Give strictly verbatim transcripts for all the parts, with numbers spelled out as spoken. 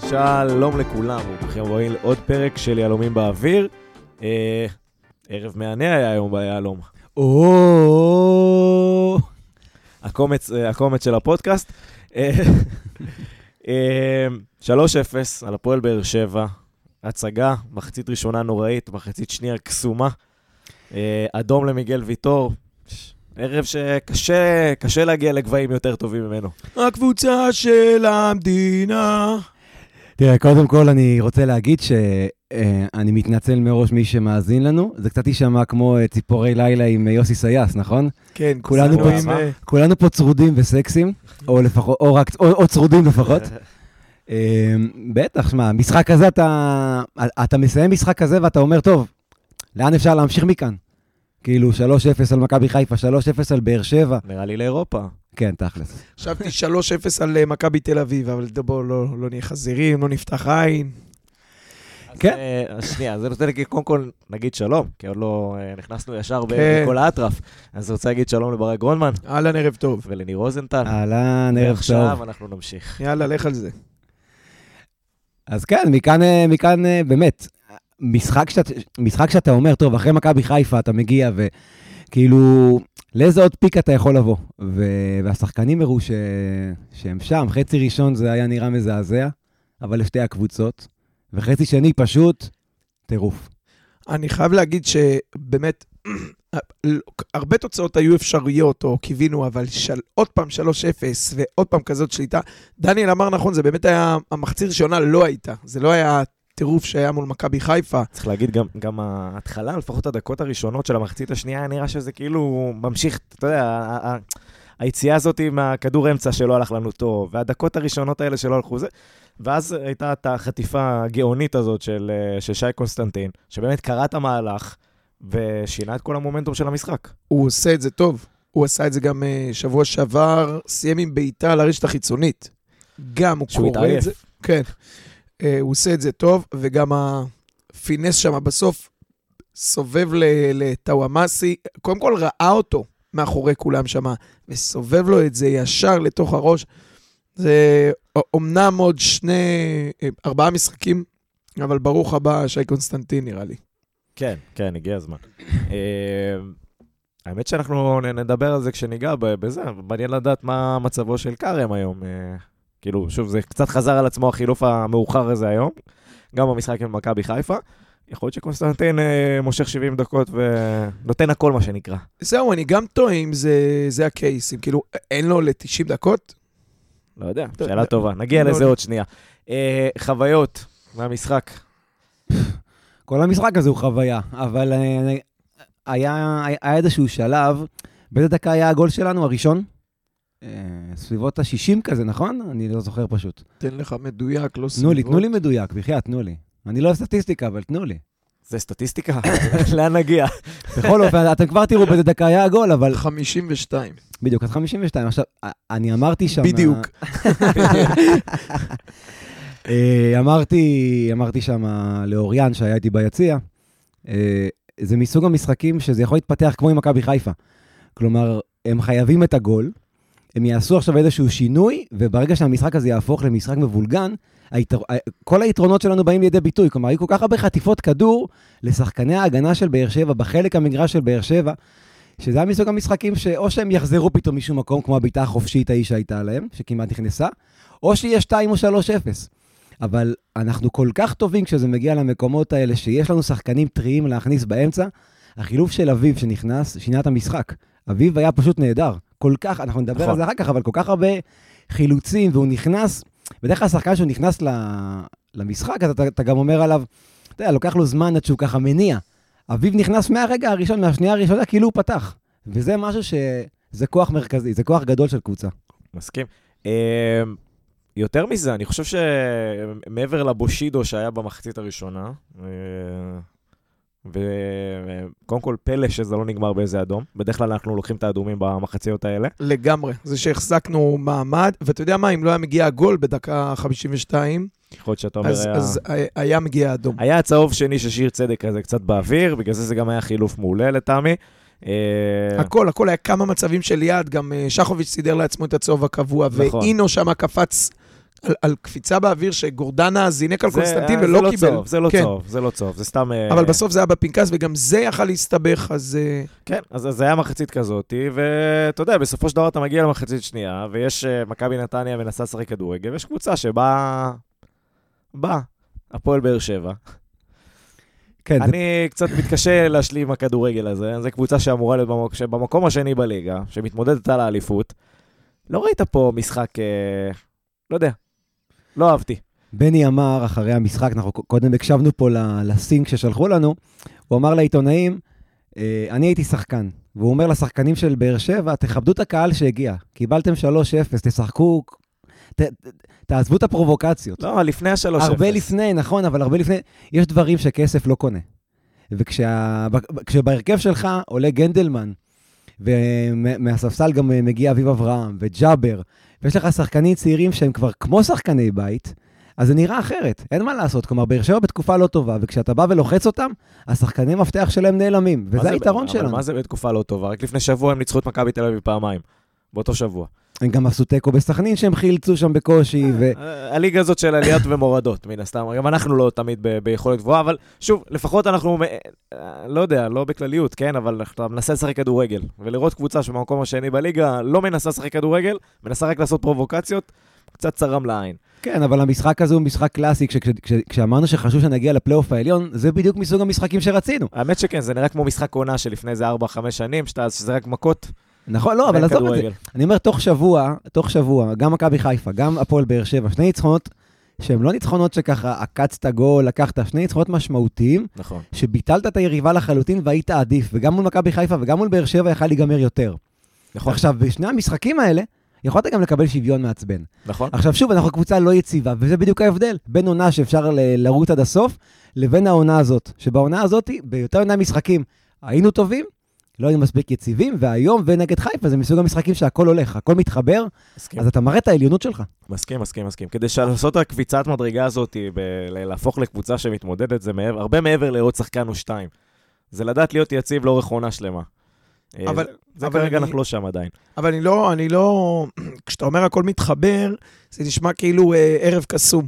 שלום לכולם, וברוכים הבאים לעוד פרק של יהלומים באוויר. אה, ערב מענה היה היום ביהלום. או הקומץ, הקומץ של הפודקאסט. שלוש אפס על הפועל באר שבע, הצגה, מחצית ראשונה נוראית, מחצית שנייה קסומה. אדום למיגל ויטור. ערב שקשה, קשה להגיע לגבהים יותר טובים ממנו. הקבוצה של המדינה. תראה, קודם כל אני רוצה להגיד שאני מתנצל מראש מי שמאזין לנו. זה קצת יישמע כמו ציפורי לילה עם יוסי סייס, נכון? כן, כולנו פה, כולנו פה צרודים וסקסים, או לפחות, או רק, או, או צרודים לפחות. בטח, שמה, משחק כזה, אתה, אתה מסיים משחק כזה ואתה אומר, טוב, לאן אפשר להמשיך מכאן? כאילו שלוש אפס על מכבי חיפה, שלוש אפס על באר שבע. נראה לי לאירופה. כן, תכלס. חשבתי שלוש אפס על מכבי תל אביב, אבל בואו לא, לא נהיה חזירים, לא נפתח עין. כן. שנייה, אז אני רוצה להגיד, קודם כל נגיד שלום, כי עוד לא נכנסנו ישר בכל האטרף. אז אני רוצה להגיד שלום לברק גרונמן. אהלן, ערב טוב. ולניר רוזנטל. אהלן, ערב טוב. ועכשיו אנחנו נמשיך. יאללה, לך על זה. אז כן, מכאן, מכאן באמת, משחק שאתה, משחק שאתה אומר, טוב, אחרי מכבי חיפה אתה מגיע, וכאילו, לאיזה עוד פיק אתה יכול לבוא? ו- והשחקנים הראו ש- שהם שם, חצי ראשון זה היה נראה מזעזע, אבל לשתי הקבוצות, וחצי שני פשוט טירוף. אני חייב להגיד שבאמת, הרבה תוצאות היו אפשריות, או קיווינו, אבל של, עוד פעם שלוש אפס, ועוד פעם כזאת שליטה. דניאל אמר נכון, זה באמת היה, המחצית ראשונה לא הייתה, זה לא היה טירוף שהיה מול מכבי חיפה. צריך להגיד גם, גם ההתחלה, לפחות הדקות הראשונות של המחצית השנייה, היה נראה שזה כאילו ממשיך, אתה יודע, היציאה הזאת עם הכדור אמצע שלא הלך לנו טוב, והדקות הראשונות האלה שלא הלכו זה, ואז הייתה את החטיפה הגאונית הזאת של, של שי קונסטנטין, שבאמת קרא את המהלך, ושינה את כל המומנטום של המשחק. הוא עושה את זה טוב, הוא עשה את זה גם שבוע שעבר, סיים עם בעיטה על הרשת החיצונית. גם הוא קורא את זה. כן. הוא עושה את זה טוב, וגם הפינס שם בסוף סובב לטאוואמאסי, קודם כל ראה אותו מאחורי כולם שם, וסובב לו את זה ישר לתוך הראש. זה אומנם עוד שני, ארבעה משחקים, אבל ברוך הבא שי קונסטנטין נראה לי. כן, כן, הגיע הזמן. האמת שאנחנו נדבר על זה כשניגע בזה, מעניין לדעת מה מצבו של קרם היום. כאילו, שוב, זה קצת חזר על עצמו החילוף המאוחר הזה היום, גם במשחק עם מכבי חיפה. יכול להיות שקונסטנטין מושך שבעים דקות ונותן הכל מה שנקרא. זהו, אני גם טועה אם זה, זה הקייס, אם כאילו אין לו ל-תשעים דקות? לא יודע, שאלה טובה. נגיע לזה עוד שנייה. חוויות מהמשחק. כל המשחק הזה הוא חוויה, אבל היה, היה איזשהו שלב, באיזה דקה היה הגול שלנו, הראשון? סביבות ה-שישים כזה, נכון? אני לא זוכר פשוט. תן לך מדויק, לא סביבות. תנו לי, תנו לי מדויק, בחייה, תנו לי. אני לא סטטיסטיקה, אבל תנו לי. זה סטטיסטיקה? לאן נגיע? בכל אופן, אתם כבר תראו באיזה דקה היה הגול, אבל... חמישים ושתיים. בדיוק, אז חמישים ושתיים. עכשיו, אני אמרתי שם... בדיוק. אמרתי, אמרתי שם לאוריאן שהיה איתי ביציע, זה מסוג המשחקים שזה יכול להתפתח כמו עם מכבי חיפה. כלומר, הם חייבים את הגול, הם יעשו עכשיו איזשהו שינוי, וברגע שהמשחק הזה יהפוך למשחק מבולגן, היתר... כל היתרונות שלנו באים לידי ביטוי. כלומר, היו כל כך הרבה חטיפות כדור לשחקני ההגנה של באר שבע, בחלק המגרש של באר שבע, שזה היה מסוג המשחקים שאו שהם יחזרו פתאום משום מקום, כמו הביתה החופשית האיש שהייתה להם, שכמעט נכנסה, או שיהיה שתיים או שלוש אפס. אבל אנחנו כל כך טובים כשזה מגיע למקומות האלה, שיש לנו שחקנים טריים להכניס באמצע. החילוף של אביב שנכנס, שינה את המשחק. אביב היה פשוט נהדר. כל כך, אנחנו נדבר נכון. על זה אחר כך, אבל כל כך הרבה חילוצים, והוא נכנס, בדרך כלל השחקן שהוא נכנס למשחק, אז אתה, אתה גם אומר עליו, אתה יודע, לוקח לו זמן עד שהוא ככה מניע. אביב נכנס מהרגע הראשון, מהשנייה הראשונה, כאילו הוא פתח. וזה משהו שזה כוח מרכזי, זה כוח גדול של קבוצה. מסכים. יותר מזה, אני חושב שמעבר לבושידו שהיה במחצית הראשונה, וקודם כל פלא שזה לא נגמר באיזה אדום. בדרך כלל אנחנו לוקחים את האדומים במחציות האלה. לגמרי. זה שהחזקנו מעמד, ואתה יודע מה, אם לא היה מגיע הגול בדקה חמישים ושתיים, יכול להיות שאתה אומר אז, היה... אז היה מגיע אדום. היה הצהוב שני ששיר צדק כזה קצת באוויר, בגלל זה זה גם היה חילוף מעולה לטעמי. הכל, הכל היה כמה מצבים של יד, גם שחוביץ' סידר לעצמו את הצהוב הקבוע, ואינו שם קפץ על, על קפיצה באוויר שגורדנה זינק על קונסטנטין ולא לא קיבל. צוב, זה לא כן. צוב, זה לא צוב, זה סתם... אבל בסוף זה היה בפנקס, וגם זה יכל להסתבך, אז... כן, אז זה היה מחצית כזאת, ואתה יודע, בסופו של דבר אתה מגיע למחצית שנייה, ויש מכבי נתניה מנסה לשחק כדורגל, ויש קבוצה שבאה... באה, הפועל באר שבע. כן, אני זה... קצת מתקשה להשלים הכדורגל הזה, זו קבוצה שאמורה להיות במק... במקום השני בליגה, שמתמודדת על האליפות. לא ראית פה משחק, לא יודע, לא אהבתי. בני אמר אחרי המשחק, אנחנו קודם הקשבנו פה לסינק ששלחו לנו, הוא אמר לעיתונאים, אני הייתי שחקן, והוא אומר לשחקנים של באר שבע, תכבדו את הקהל שהגיע, קיבלתם שלוש אפס, תשחקו, ת, תעזבו את הפרובוקציות. לא, לפני ה-שלוש אפס. הרבה לפני, נכון, אבל הרבה לפני, יש דברים שכסף לא קונה. וכשבהרכב שלך עולה גנדלמן, ומהספסל גם מגיע אביב אברהם וג'אבר, ויש לך שחקנים צעירים שהם כבר כמו שחקני בית, אז זה נראה אחרת, אין מה לעשות. כלומר, באר שבע בתקופה לא טובה, וכשאתה בא ולוחץ אותם, השחקני מפתח שלהם נעלמים, וזה היתרון שלנו. אבל מה זה בתקופה לא טובה? רק לפני שבוע הם ניצחו את מכבי תל אביב פעמיים, באותו שבוע. הם גם עשו תיקו בסכנין שהם חילצו שם בקושי. ו... הליגה הזאת של עליות ומורדות, מן הסתם. גם אנחנו לא תמיד ב- ביכולת גבוהה, אבל שוב, לפחות אנחנו, לא יודע, לא בכלליות, כן, אבל אתה מנסה לשחק כדורגל, ולראות קבוצה שבמקום השני בליגה לא מנסה לשחק כדורגל, מנסה רק לעשות פרובוקציות, קצת צרם לעין. כן, אבל המשחק הזה הוא משחק קלאסי, כש- כש- כשאמרנו שחשוב שנגיע לפלייאוף העליון, זה בדיוק מסוג המשחקים שרצינו. האמת שכן, זה נראה כמו משחק עונה שלפני איזה ארבע חמש שנים, שזה רק מכות. נכון, לא, אבל עזוב את זה. אני אומר, תוך שבוע, תוך שבוע, גם מכבי חיפה, גם הפועל באר שבע, שני ניצחונות, שהם לא ניצחונות שככה עקצת גול, לקחת, שני ניצחונות משמעותיים, נכון. שביטלת את היריבה לחלוטין והיית עדיף, וגם מול מכבי חיפה וגם מול באר שבע יכל להיגמר יותר. נכון. עכשיו, בשני המשחקים האלה, יכולת גם לקבל שוויון מעצבן. נכון. עכשיו שוב, אנחנו קבוצה לא יציבה, וזה בדיוק ההבדל, בין עונה שאפשר לרוץ עד הסוף, לבין העונה הזאת, שבעונה הזאת, ביותר עונה משחקים, היינו טובים, לא היו מספיק יציבים, והיום ונגד חיפה זה מסוג המשחקים שהכל הולך, הכל מתחבר, מסכים. אז אתה מראה את העליונות שלך. מסכים, מסכים, מסכים. כדי לעשות את הקביצת מדרגה הזאת, להפוך לקבוצה שמתמודדת, זה מעבר, הרבה מעבר לעוד שחקן או שתיים. זה לדעת להיות יציב לאורך עונה שלמה. אבל, זה אבל כרגע אני, אנחנו לא שם עדיין. אבל אני לא, אני לא, כשאתה אומר הכל מתחבר, זה נשמע כאילו אה, ערב קסום.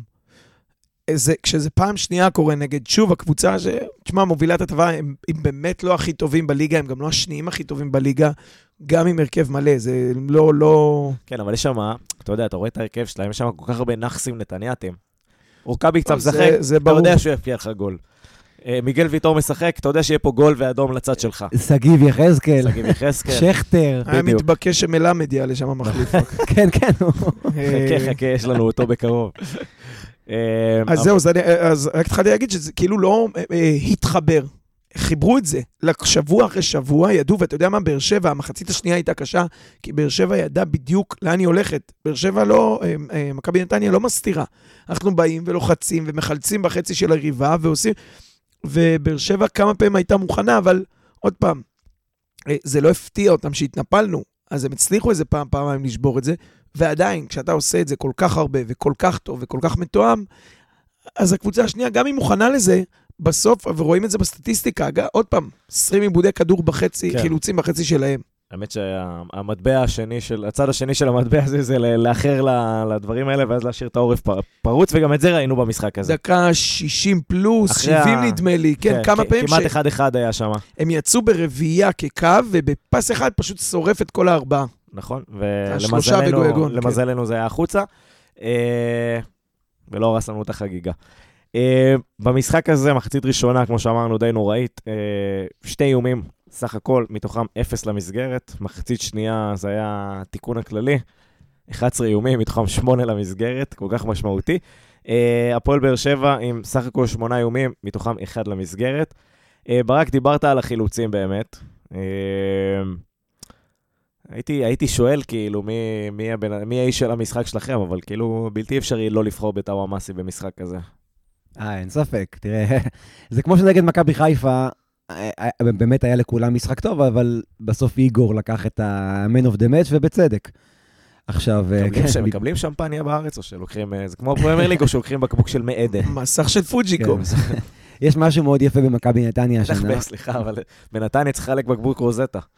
זה, כשזה פעם שנייה קורה נגד שוב, הקבוצה שתשמע, מובילת הטבע, הם, הם באמת לא הכי טובים בליגה, הם גם לא השניים הכי טובים בליגה, גם עם הרכב מלא, זה לא, לא... כן, אבל יש שם, אתה יודע, אתה רואה את הרכב שלהם, יש שם כל כך הרבה נחסים נתניאתם. רוקאבי קצת משחק, אתה יודע שהוא יפקיע לך גול. מיגל ויטור משחק, אתה יודע שיהיה פה גול ואדום לצד שלך. סגיב יחזקאל. סגיב יחזקאל. שכטר. היה מתבקש שמלמד יעלה שם המחליף. כן, כן. חכה, חכה, יש לנו אותו בקרוב. אז זהו, אז רק התחלתי להגיד שזה כאילו לא התחבר. חיברו את זה. שבוע אחרי שבוע ידעו, ואתה יודע מה, באר שבע, המחצית השנייה הייתה קשה, כי באר שבע ידע בדיוק לאן היא הולכת. באר שבע לא, מכבי נתניה לא מסתירה. אנחנו באים ולוחצים ומחלצים בחצי של הריבה ועושים... ובאר שבע כמה פעמים הייתה מוכנה, אבל עוד פעם, זה לא הפתיע אותם שהתנפלנו, אז הם הצליחו איזה פעם, פעמיים לשבור את זה, ועדיין, כשאתה עושה את זה כל כך הרבה, וכל כך טוב, וכל כך מתואם, אז הקבוצה השנייה, גם היא מוכנה לזה, בסוף, ורואים את זה בסטטיסטיקה, עוד פעם, עשרים עיבודי כדור בחצי, כן. חילוצים בחצי שלהם. האמת שהמטבע השני של, הצד השני של המטבע הזה, זה לאחר לדברים האלה, ואז להשאיר את העורף פרוץ, וגם את זה ראינו במשחק הזה. דקה שישים פלוס, שבעים נדמה לי, כן, כמה פעמים ש... כמעט אחד אחד היה שם. הם יצאו ברביעייה כקו, ובפס אחד פשוט שורף את כל הארבעה. נכון, ולמזלנו זה היה החוצה, ולא הרס לנו את החגיגה. במשחק הזה, מחצית ראשונה, כמו שאמרנו, די נוראית, שתי איומים, סך הכל, מתוכם אפס למסגרת, מחצית שנייה זה היה תיקון הכללי, אחד עשר איומים, מתוכם שמונה למסגרת, כל כך משמעותי. הפועל באר שבע עם סך הכל שמונה איומים, מתוכם אחד למסגרת. ברק, דיברת על החילוצים באמת. הייתי, הייתי שואל כאילו מי, מי, הבן, מי האיש של המשחק שלכם, אבל כאילו בלתי אפשרי לא לבחור בטאו מסי במשחק כזה. אה, אין ספק, תראה, זה כמו שנגד מכבי חיפה, באמת היה לכולם משחק טוב, אבל בסוף איגור לקח את ה-Man of the match, ובצדק. עכשיו... שהם מקבלים שמפניה בארץ, או שלוקחים, זה כמו פרמייר ליג, או שלוקחים בקבוק של מעדן. מסך של פוג'יקו. יש משהו מאוד יפה במכבי נתניה השנה. סליחה, אבל בנתניה צריך לחלק בקבוק רוזטה.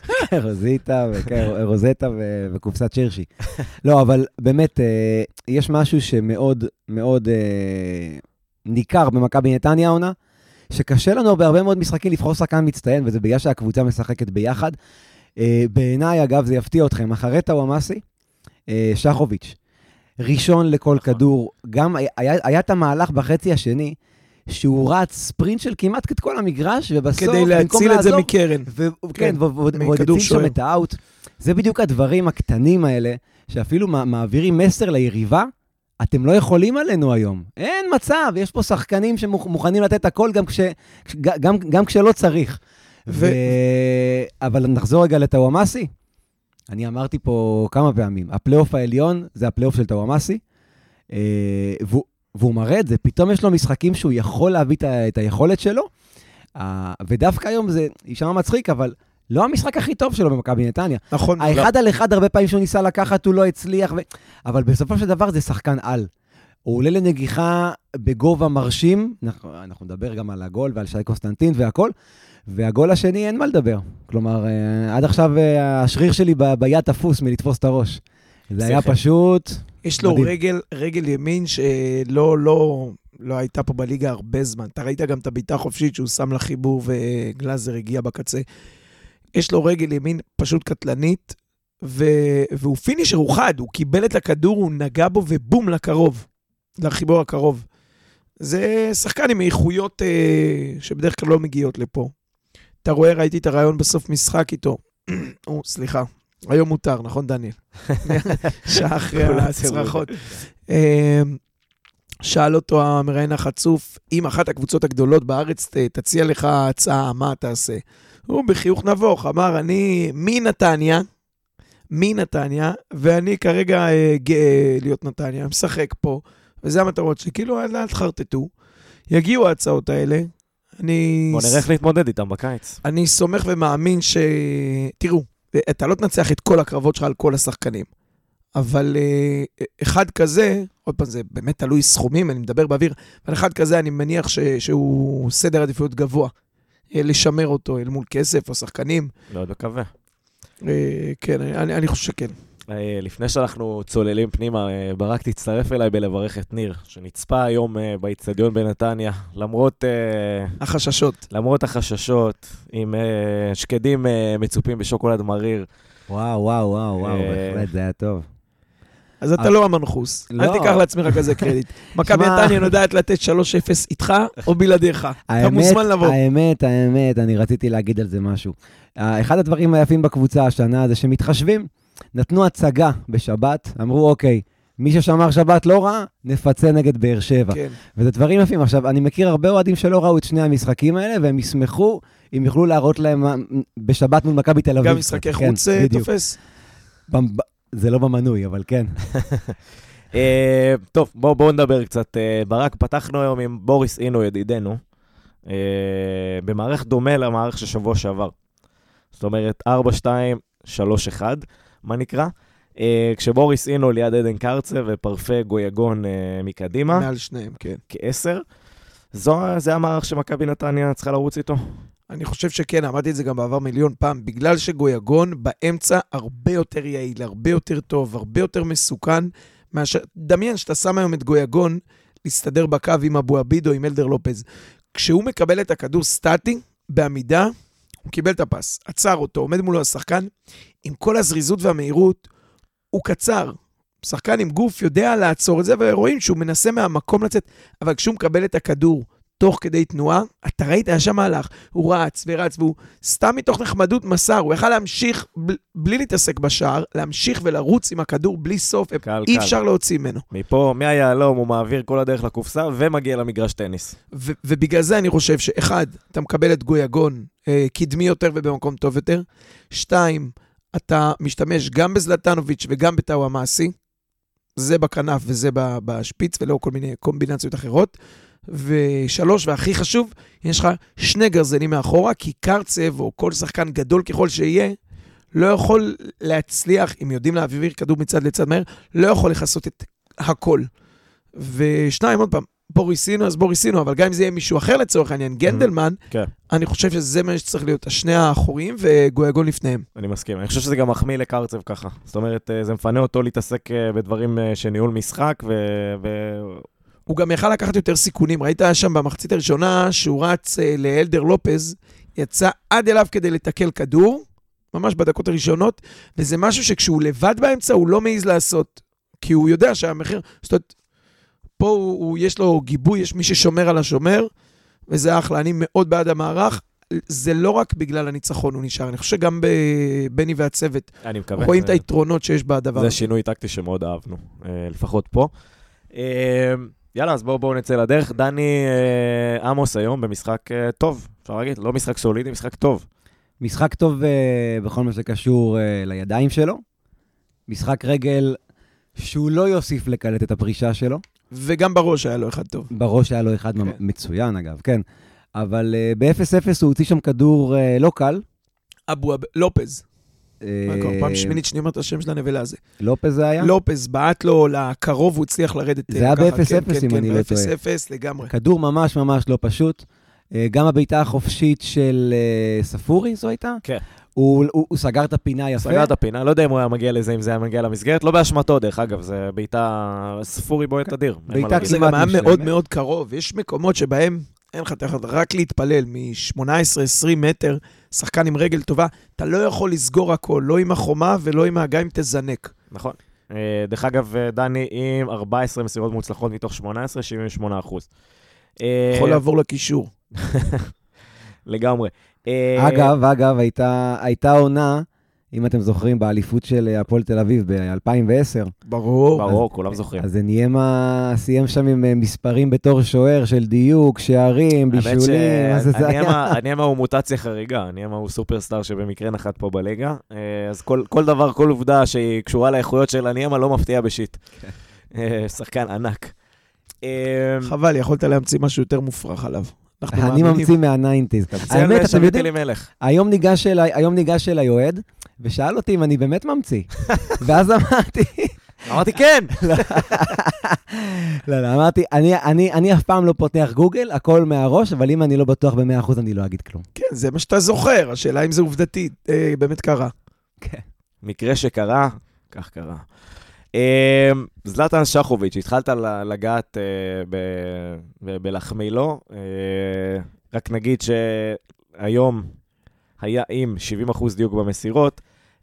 רוזיטה, רוזטה וקופסת שרשי. לא, אבל באמת, יש משהו שמאוד, מאוד ניכר במכבי נתניה העונה, שקשה לנו בהרבה מאוד משחקים לבחור שחקן מצטיין, וזה בגלל שהקבוצה משחקת ביחד. בעיניי, אגב, זה יפתיע אתכם, אחרי טוואמאסי, שחוביץ', ראשון לכל כדור, גם היה, היה את המהלך בחצי השני, שהוא רץ ספרינט של כמעט את כל המגרש, ובסוף, כדי להציל את זה מקרן. כן, ועוד יוצאים שם את האוט. זה בדיוק הדברים הקטנים האלה, שאפילו מעבירים מסר ליריבה, אתם לא יכולים עלינו היום. אין מצב, יש פה שחקנים שמוכנים לתת הכל גם, כש, גם, גם כשלא צריך. ו... אבל נחזור רגע לטוואמאסי. אני אמרתי פה כמה פעמים, הפלייאוף העליון זה הפלייאוף של טוואמאסי, והוא, והוא מראה את זה, פתאום יש לו משחקים שהוא יכול להביא את היכולת שלו, ודווקא היום זה יישמע מצחיק, אבל לא המשחק הכי טוב שלו במכבי נתניה. נכון. האחד על אחד, הרבה פעמים שהוא ניסה לקחת, הוא לא הצליח, ו... אבל בסופו של דבר זה שחקן על. הוא עולה לנגיחה בגובה מרשים, אנחנו, אנחנו נדבר גם על הגול ועל שי קוסטנטין והכל, והגול השני אין מה לדבר. כלומר, עד עכשיו השריר שלי ב- ביד תפוס מלתפוס את הראש. זה היה פשוט... יש לו רגל, רגל ימין שלא לא, לא הייתה פה בליגה הרבה זמן. אתה ראית גם את הביתה החופשית שהוא שם לחיבור וגלאזר הגיע בקצה. יש לו רגל ימין פשוט קטלנית, ו... והוא פינישר, הוא חד, הוא קיבל את הכדור, הוא נגע בו ובום לקרוב, לחיבור הקרוב. זה שחקן עם איכויות אה, שבדרך כלל לא מגיעות לפה. אתה רואה, ראיתי את הרעיון בסוף משחק איתו. או, סליחה, היום מותר, נכון דניאל? שעה אחרי הצרחות. שאל אותו המראיין החצוף, אם אחת הקבוצות הגדולות בארץ תציע לך הצעה, מה תעשה? הוא בחיוך נבוך, אמר, אני מנתניה, מנתניה, ואני כרגע גאה להיות נתניה, משחק פה, וזה המטרות שכאילו, אל תחרטטו, יגיעו ההצעות האלה, אני... בוא נראה איך להתמודד איתם בקיץ. אני סומך ומאמין ש... תראו, אתה לא תנצח את כל הקרבות שלך על כל השחקנים, אבל אחד כזה, עוד פעם זה באמת תלוי סכומים, אני מדבר באוויר, אבל אחד כזה אני מניח ש... שהוא סדר עדיפויות גבוה, לשמר אותו אל מול כסף או שחקנים. מאוד מקווה. כן, אני, אני חושב שכן. לפני שאנחנו צוללים פנימה, ברק תצטרף אליי בלברך את ניר, שנצפה היום באצטדיון בנתניה, למרות... החששות. למרות החששות, עם שקדים מצופים בשוקולד מריר. וואו, וואו, וואו, וואו, בהחלט, זה היה טוב. אז אתה לא המנחוס, אל תיקח לעצמך כזה קרדיט. מכבי נתניה יודעת לתת שלוש אפס איתך או בלעדיך. אתה מוזמן לבוא. האמת, האמת, אני רציתי להגיד על זה משהו. אחד הדברים היפים בקבוצה השנה זה שמתחשבים. נתנו הצגה בשבת, אמרו אוקיי, מי ששמר שבת לא ראה, נפצה נגד באר שבע. כן. וזה דברים יפים. עכשיו, אני מכיר הרבה אוהדים שלא ראו את שני המשחקים האלה, והם ישמחו אם יוכלו להראות להם בשבת מול מכבי תל אביב. גם משחקי חוץ תופס? זה לא במנוי, אבל כן. טוב, בואו נדבר קצת. ברק, פתחנו היום עם בוריס אינו, ידידנו, במערכת דומה למערכת של שבוע שעבר. זאת אומרת, ארבע שתיים שלוש אחד, מה נקרא? כשבוריס אינו ליד עדן קרצה ופרפה גויגון מקדימה. מעל שניהם, כן. כעשר. זה המערך שמכבי נתניה צריכה לרוץ איתו? אני חושב שכן, אמרתי את זה גם בעבר מיליון פעם, בגלל שגויגון באמצע הרבה יותר יעיל, הרבה יותר טוב, הרבה יותר מסוכן, מאשר, דמיין שאתה שם היום את גויגון להסתדר בקו עם אבו עביד או עם אלדר לופז. כשהוא מקבל את הכדור סטטי, בעמידה, הוא קיבל את הפס, עצר אותו, עומד מולו השחקן, עם כל הזריזות והמהירות, הוא קצר. שחקן עם גוף יודע לעצור את זה, ורואים שהוא מנסה מהמקום לצאת, אבל כשהוא מקבל את הכדור, תוך כדי תנועה, אתה ראית, היה שם מהלך, הוא רץ ורץ, והוא סתם מתוך נחמדות מסר, הוא יכל להמשיך, ב- בלי להתעסק בשער, להמשיך ולרוץ עם הכדור בלי סוף, קל, אי קל. אפשר להוציא ממנו. מפה, מהיעלום, הוא מעביר כל הדרך לקופסה, ומגיע למגרש טניס. ו- ובגלל זה אני חושב שאחד, אתה מקבל את גויגון, אה, קדמי יותר ובמקום טוב יותר, שתיים, אתה משתמש גם בזלטנוביץ' וגם בטוואמאסי, זה בכנף וזה בשפיץ, ולא כל מיני קומבינציות אחרות, ושלוש, והכי חשוב, יש לך שני גרזנים מאחורה, כי קרצב או כל שחקן גדול ככל שיהיה, לא יכול להצליח, אם יודעים להעביר כדור מצד לצד מהר, לא יכול לחסות את הכל. ושניים, עוד פעם, בוריסינו, אז בוריסינו, אבל גם אם זה יהיה מישהו אחר לצורך העניין, גנדלמן, אני חושב שזה מה שצריך להיות, השני האחוריים וגויגון לפניהם. אני מסכים. אני חושב שזה גם מחמיא לקרצב ככה. זאת אומרת, זה מפנה אותו להתעסק בדברים שניהול משחק, ו... ו... הוא גם יכל לקחת יותר סיכונים. ראית שם במחצית הראשונה שהוא רץ לאלדר לופז, יצא עד אליו כדי לתקל כדור, ממש בדקות הראשונות, וזה משהו שכשהוא לבד באמצע הוא לא מעיז לעשות, כי הוא יודע שהמחיר, זאת אומרת, פה הוא, הוא, יש לו גיבוי, יש מי ששומר על השומר, וזה אחלה, אני מאוד בעד המערך, זה לא רק בגלל הניצחון הוא נשאר, אני חושב שגם בבני והצוות, אני מקווה. רואים את היתרונות שיש בדבר. זה שינוי טקטי שמאוד אהבנו, לפחות פה. יאללה, אז בואו בואו נצא לדרך. דני עמוס היום במשחק טוב, אפשר להגיד, לא משחק סולידי, משחק טוב. משחק טוב בכל מה שקשור לידיים שלו, משחק רגל שהוא לא יוסיף לקלט את הפרישה שלו. וגם בראש היה לו אחד טוב. בראש היה לו אחד מצוין אגב, כן. אבל ב-אפס אפס הוא הוציא שם כדור לא קל. אבו לופז. פעם שמינית שאני אומר את השם של הנבלה הזה. לופז זה היה? לופז, בעט לו לקרוב, הוא הצליח לרדת. זה היה ב-אפס אפס אם אני לא טועה. ב-אפס אפס לגמרי. כדור ממש ממש לא פשוט. גם הביתה החופשית של ספורי, זו הייתה? כן. הוא, הוא, הוא סגר את הפינה יפה. סגר את הפינה, לא יודע אם הוא היה מגיע לזה, אם זה היה מגיע למסגרת, לא באשמתו דרך אגב, זה ביתה ספורי בועט אדיר. ביתה זה גם היה מאוד מאוד קרוב, יש מקומות שבהם אין לך תחת, רק להתפלל מ-שמונה עשרה עשרים מטר, שחקן עם רגל טובה, אתה לא יכול לסגור הכל, לא עם החומה ולא עם ההגה אם תזנק. נכון. דרך אגב, דני עם ארבע עשרה מסירות מוצלחות מתוך שמונה עשרה, שבעים ושמונה אחוז. יכול לעבור לקישור. לגמרי. אגב, אגב, הייתה, הייתה עונה, אם אתם זוכרים, באליפות של הפועל תל אביב ב-אלפיים ועשר. ברור. ברור, כולם זוכרים. אז ניימה סיים שם עם מספרים בתור שוער של דיוק, שערים, בישולים. ניימה הוא מוטציה חריגה, ניימה הוא סופרסטאר שבמקרה נחת פה בליגה, אז כל, כל דבר, כל עובדה שהיא קשורה לאיכויות של ניימה לא מפתיע בשיט. שחקן ענק. חבל, יכולת להמציא משהו יותר מופרך עליו. אני ממציא מה-תשעים. האמת, אתם יודעים, היום ניגש אל היועד, ושאל אותי אם אני באמת ממציא. ואז אמרתי... אמרתי כן! לא, לא, אמרתי, אני אף פעם לא פותח גוגל, הכל מהראש, אבל אם אני לא בטוח ב-מאה אחוז, אני לא אגיד כלום. כן, זה מה שאתה זוכר, השאלה אם זה עובדתי, באמת קרה. כן. מקרה שקרה, כך קרה. זלטן שחוביץ', התחלת לגעת בלחמי לו, רק נגיד שהיום היה עם שבעים אחוז דיוק במסירות,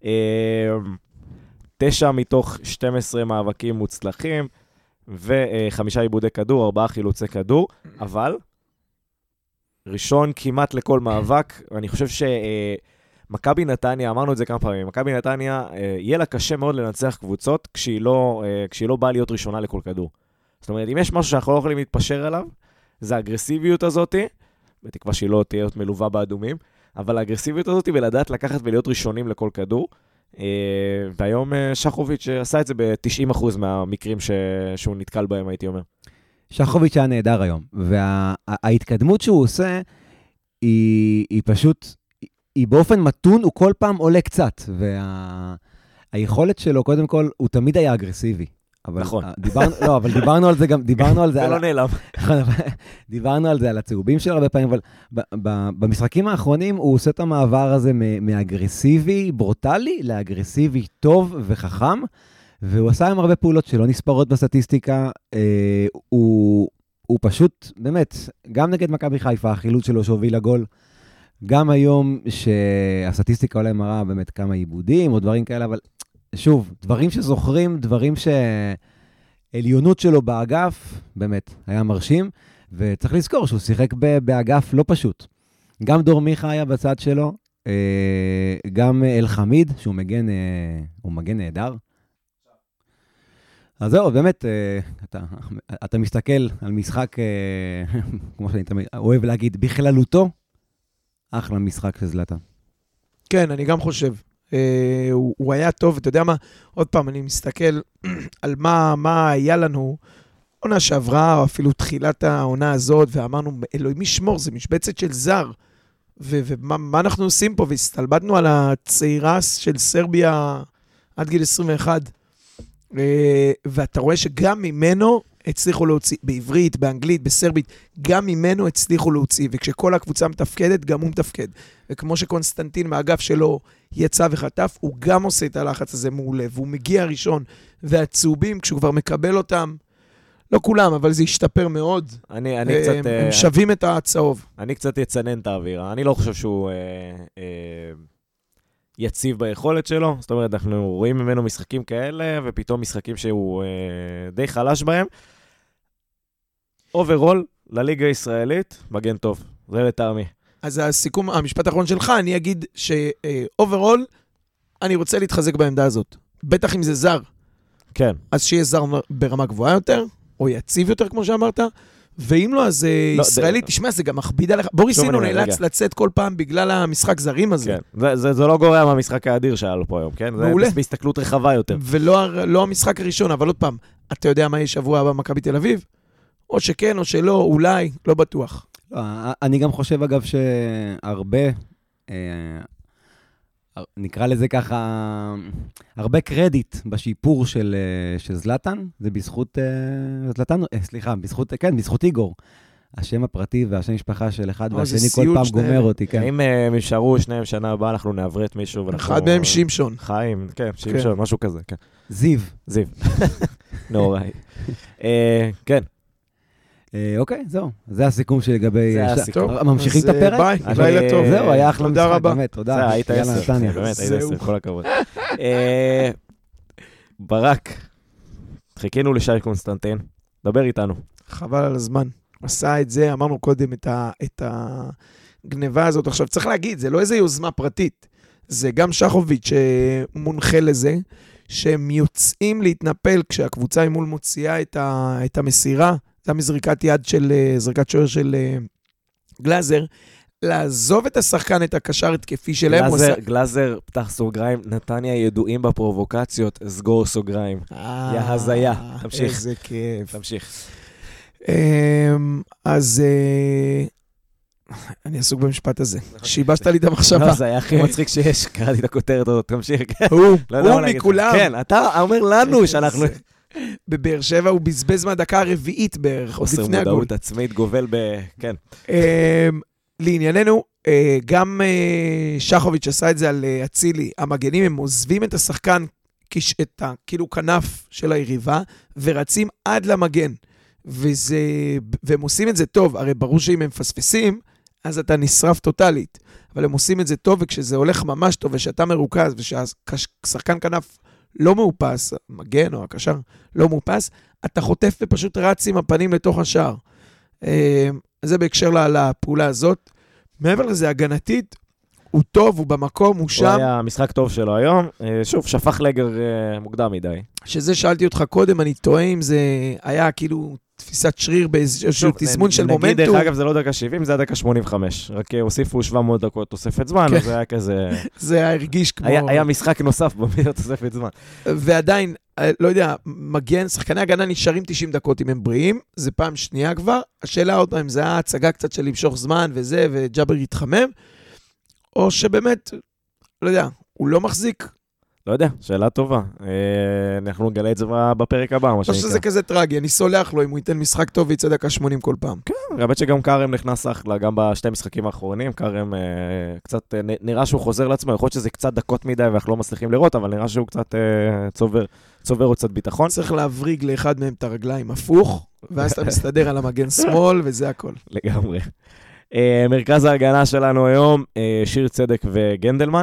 תשע מתוך שתים עשרה מאבקים מוצלחים, וחמישה עיבודי כדור, ארבעה חילוצי כדור, אבל ראשון כמעט לכל מאבק, אני חושב ש... מכבי נתניה, אמרנו את זה כמה פעמים, מכבי נתניה, אה, יהיה לה קשה מאוד לנצח קבוצות כשהיא לא, אה, כשהיא לא באה להיות ראשונה לכל כדור. זאת אומרת, אם יש משהו שאנחנו לא יכולים להתפשר עליו, זה האגרסיביות הזאת, בתקווה שהיא לא תהיה מלווה באדומים, אבל האגרסיביות הזאת היא בלדעת לקחת ולהיות ראשונים לכל כדור, אה, והיום אה, שחוביץ' עשה את זה ב-תשעים אחוז מהמקרים ש... שהוא נתקל בהם, הייתי אומר. שחוביץ' היה נהדר היום, וההתקדמות שהוא עושה, היא, היא פשוט... היא באופן מתון, הוא כל פעם עולה קצת, והיכולת שלו, קודם כל, הוא תמיד היה אגרסיבי. נכון. לא, אבל דיברנו על זה גם, דיברנו על זה... זה לא נעלם. דיברנו על זה, על הצהובים שלו הרבה פעמים, אבל במשחקים האחרונים הוא עושה את המעבר הזה מאגרסיבי, ברוטלי, לאגרסיבי טוב וחכם, והוא עשה עם הרבה פעולות שלא נספרות בסטטיסטיקה, הוא פשוט, באמת, גם נגד מכבי חיפה, החילוץ שלו שהוביל לגול, גם היום שהסטטיסטיקה עולה מראה באמת כמה עיבודים או דברים כאלה, אבל שוב, דברים שזוכרים, דברים שעליונות שלו באגף, באמת, היה מרשים, וצריך לזכור שהוא שיחק באגף לא פשוט. גם דור מיכה היה בצד שלו, גם אל חמיד, שהוא מגן, הוא מגן נהדר. אז זהו, באמת, אתה, אתה מסתכל על משחק, כמו שאני תמיד אוהב להגיד, בכללותו, אחלה משחק של זלטן. כן, אני גם חושב. אה, הוא, הוא היה טוב, אתה יודע מה? עוד פעם, אני מסתכל על מה, מה היה לנו, עונה שעברה, או אפילו תחילת העונה הזאת, ואמרנו, אלוהים ישמור, זה משבצת של זר. ו- ומה מה אנחנו עושים פה? והסתלבטנו על הצעירה של סרביה עד גיל עשרים ואחת. אה, ואתה רואה שגם ממנו, הצליחו להוציא, בעברית, באנגלית, בסרבית, גם ממנו הצליחו להוציא, וכשכל הקבוצה מתפקדת, גם הוא מתפקד. וכמו שקונסטנטין מהאגף שלו יצא וחטף, הוא גם עושה את הלחץ הזה מעולה, והוא מגיע ראשון, והצהובים, כשהוא כבר מקבל אותם, לא כולם, אבל זה השתפר מאוד. אני, אני קצת... הם שווים את הצהוב. אני קצת יצנן את האווירה. אני לא חושב שהוא... אה, אה, יציב ביכולת שלו, זאת אומרת, אנחנו רואים ממנו משחקים כאלה, ופתאום משחקים שהוא אה, די חלש בהם. אוברול, לליגה הישראלית, מגן טוב, זה לטעמי. אז הסיכום, המשפט האחרון שלך, אני אגיד שאוברול, אני רוצה להתחזק בעמדה הזאת. בטח אם זה זר. כן. אז שיהיה זר ברמה גבוהה יותר, או יציב יותר, כמו שאמרת, ואם לא, אז לא, ישראלי, ד... תשמע, זה גם מכביד עליך. בוריס אינו נאלץ רגע. לצאת כל פעם בגלל המשחק זרים הזה. כן, זה, זה, זה לא גורע מהמשחק האדיר שהיה לו פה היום, כן? מעולה. זה בהסתכלות רחבה יותר. ולא לא המשחק הראשון, אבל עוד פעם, אתה יודע מה יש שבוע הבא במכבי תל אביב? או שכן, או שלא, אולי, לא בטוח. לא, אני גם חושב, אגב, שהרבה... אה... נקרא לזה ככה, הרבה קרדיט בשיפור של, של זלטן, זה בזכות, זלטן, סליחה, בזכות, כן, בזכות איגור. השם הפרטי והשם משפחה של אחד והשני כל פעם שניהם. גומר אותי, כן. אם הם יישארו שניהם שנה הבאה, אנחנו נעברת מישהו. אחד מהם שמשון. חיים, כן, שמשון, כן. משהו כזה, כן. זיו. זיו. נוראי. כן. אוקיי, זהו. זה הסיכום שלי לגבי... זה הסיכום. ממשיכים את הפרק? ביי, לילה טוב. זהו, היה אחלה משחק, רבה. באמת, תודה. זה, היית עשר. באמת, היית עשר, כל הכבוד. ברק, חיכינו לשי קונסטנטין. דבר איתנו. חבל על הזמן. עשה את זה, אמרנו קודם את הגניבה הזאת. עכשיו, צריך להגיד, זה לא איזו יוזמה פרטית. זה גם שחוביץ' שמונחה לזה, שהם יוצאים להתנפל כשהקבוצה מול מוציאה את המסירה, זה מזריקת יד של, זריקת שוער של גלאזר, לעזוב את השחקן, את הקשר התקפי שלהם. גלאזר, עושה... גלאזר, פתח סוגריים, נתניה ידועים בפרובוקציות, סגור סוגריים. יא הזיה, תמשיך. איזה כיף. תמשיך. אז אני עסוק במשפט הזה. שיבשת לי את המחשבה. לא, זה היה הכי מצחיק שיש, קראתי את הכותרת הזאת, תמשיך. הוא, הוא מכולם. כן, אתה אומר לנו שאנחנו... בבאר שבע הוא בזבז מהדקה הרביעית בערך, עוד לפני הגול. חוסר מודעות עצמית גובל ב... כן. לענייננו, גם שחוביץ' עשה את זה על אצילי, המגנים הם עוזבים את השחקן, את כאילו כנף של היריבה, ורצים עד למגן. וזה, והם עושים את זה טוב, הרי ברור שאם הם מפספסים, אז אתה נשרף טוטלית. אבל הם עושים את זה טוב, וכשזה הולך ממש טוב, ושאתה מרוכז, ושהשחקן כנף לא מאופס, מגן או הקשר לא מאופס, אתה חוטף ופשוט רץ עם הפנים לתוך השער. זה בהקשר לפעולה הזאת. מעבר לזה, הגנתית, הוא טוב, הוא במקום, הוא שם. הוא היה משחק טוב שלו היום. שוב, שפך לגר מוקדם מדי. שזה שאלתי אותך קודם, אני טועה אם זה היה כאילו תפיסת שריר באיזשהו תזמון של מומנטום. נגיד, דרך אגב, זה לא דקה שבעים, זה הדקה שמונים וחמש. רק הוסיפו שבע מאות דקות תוספת זמן, אז זה היה כזה... זה היה הרגיש כמו... היה משחק נוסף במדינה תוספת זמן. ועדיין, לא יודע, מגן, שחקני הגנה נשארים תשעים דקות אם הם בריאים, זה פעם שנייה כבר. השאלה עוד פעם, זה היה הצגה קצת של למשוך זמן וזה, וג'אבר יתחמם, או שבאמת, לא יודע, הוא לא מחזיק... לא יודע, שאלה טובה. אנחנו נגלה את זה בפרק הבא, מה שנקרא. לא שזה כזה טרגי, אני סולח לו אם הוא ייתן משחק טוב ויצא דקה שמונים כל פעם. כן, האמת שגם קארם נכנס אחלה, גם בשתי משחקים האחרונים, קארם קצת, נראה שהוא חוזר לעצמו, יכול להיות שזה קצת דקות מדי ואנחנו לא מצליחים לראות, אבל נראה שהוא קצת צובר, צובר עוד קצת ביטחון. צריך להבריג לאחד מהם את הרגליים הפוך, ואז אתה מסתדר על המגן שמאל, וזה הכל. לגמרי. מרכז ההגנה שלנו היום, שיר צדק וגנדלמן.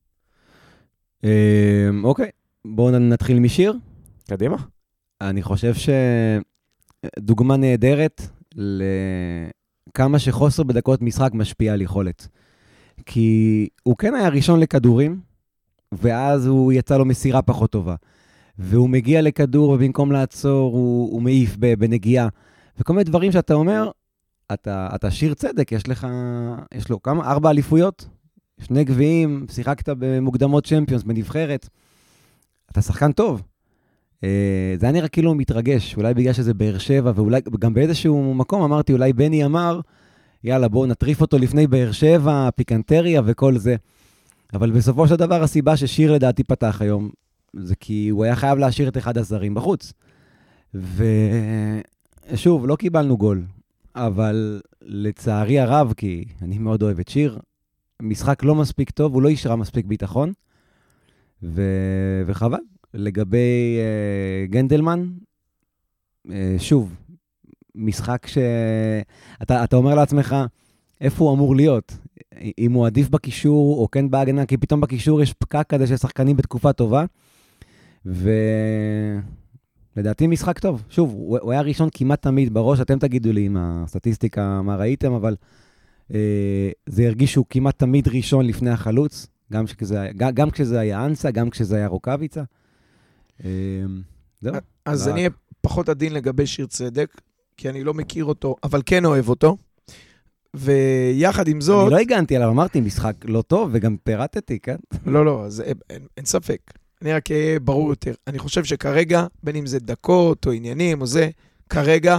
אוקיי, בואו נתחיל משיר. קדימה. אני חושב שדוגמה נהדרת לכמה שחוסר בדקות משחק משפיע על יכולת. כי הוא כן היה ראשון לכדורים, ואז הוא יצא לו מסירה פחות טובה. והוא מגיע לכדור, ובמקום לעצור, הוא, הוא מעיף בנגיעה. וכל מיני דברים שאתה אומר, אתה, אתה שיר צדק, יש לך, יש לו כמה? ארבע אליפויות? שני גביעים, שיחקת במוקדמות צ'מפיונס, בנבחרת. אתה שחקן טוב. זה היה נראה כאילו מתרגש, אולי בגלל שזה באר שבע, ואולי גם באיזשהו מקום אמרתי, אולי בני אמר, יאללה, בואו נטריף אותו לפני באר שבע, פיקנטריה וכל זה. אבל בסופו של דבר, הסיבה ששיר לדעתי פתח היום, זה כי הוא היה חייב להשאיר את אחד הזרים בחוץ. ושוב, לא קיבלנו גול, אבל לצערי הרב, כי אני מאוד אוהב את שיר, משחק לא מספיק טוב, הוא לא ישרה מספיק ביטחון, ו... וחבל. לגבי uh, גנדלמן, uh, שוב, משחק שאתה אתה אומר לעצמך, איפה הוא אמור להיות? אם הוא עדיף בקישור או כן בהגנה, כי פתאום בקישור יש פקק כזה של שחקנים בתקופה טובה, ולדעתי משחק טוב. שוב, הוא, הוא היה ראשון כמעט תמיד בראש, אתם תגידו לי עם הסטטיסטיקה מה ראיתם, אבל אה, זה הרגיש שהוא כמעט תמיד ראשון לפני החלוץ, גם, שכזה, גם, גם כשזה היה אנסה, גם כשזה היה רוקביצה. אה, זהו. אז אני אהיה פחות עדין לגבי שיר צדק, כי אני לא מכיר אותו, אבל כן אוהב אותו. ויחד עם זאת... אני לא הגנתי עליו, אמרתי, משחק לא טוב, וגם פירטתי, כן? לא, לא, אז אין, אין ספק. אני רק אהיה ברור יותר. אני חושב שכרגע, בין אם זה דקות או עניינים או זה, כרגע,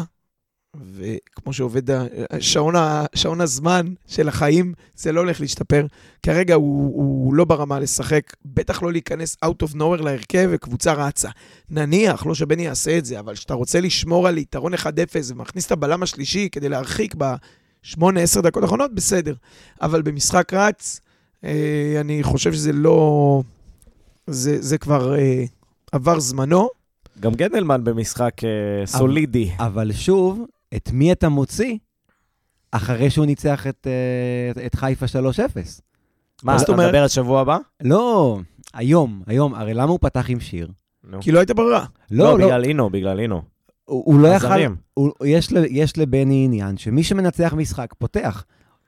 וכמו שעובד שעון, שעון הזמן של החיים, זה לא הולך להשתפר. כרגע הוא, הוא לא ברמה לשחק, בטח לא להיכנס out of nowhere להרכב וקבוצה רצה. נניח, לא שבני יעשה את זה, אבל שאתה רוצה לשמור על יתרון אחד אפס ומכניס את הבלם השלישי כדי להרחיק בשמונה עשר דקות האחרונות, בסדר. אבל במשחק רץ, אה, אני חושב שזה לא... זה, זה כבר אה, עבר זמנו. גם גנדלמן במשחק אה, סולידי. אבל, אבל שוב, את מי אתה מוציא אחרי שהוא ניצח את, את, את חיפה שלוש אפס? מה, אתה מדבר על שבוע הבא? לא, היום, היום. הרי למה הוא פתח עם שיר? No. כי לא הייתה ברירה. לא, לא, בגלל אינו, בגלל אינו. הוא, הוא לא יכל... הוא, יש, יש לבני עניין שמי שמנצח משחק פותח.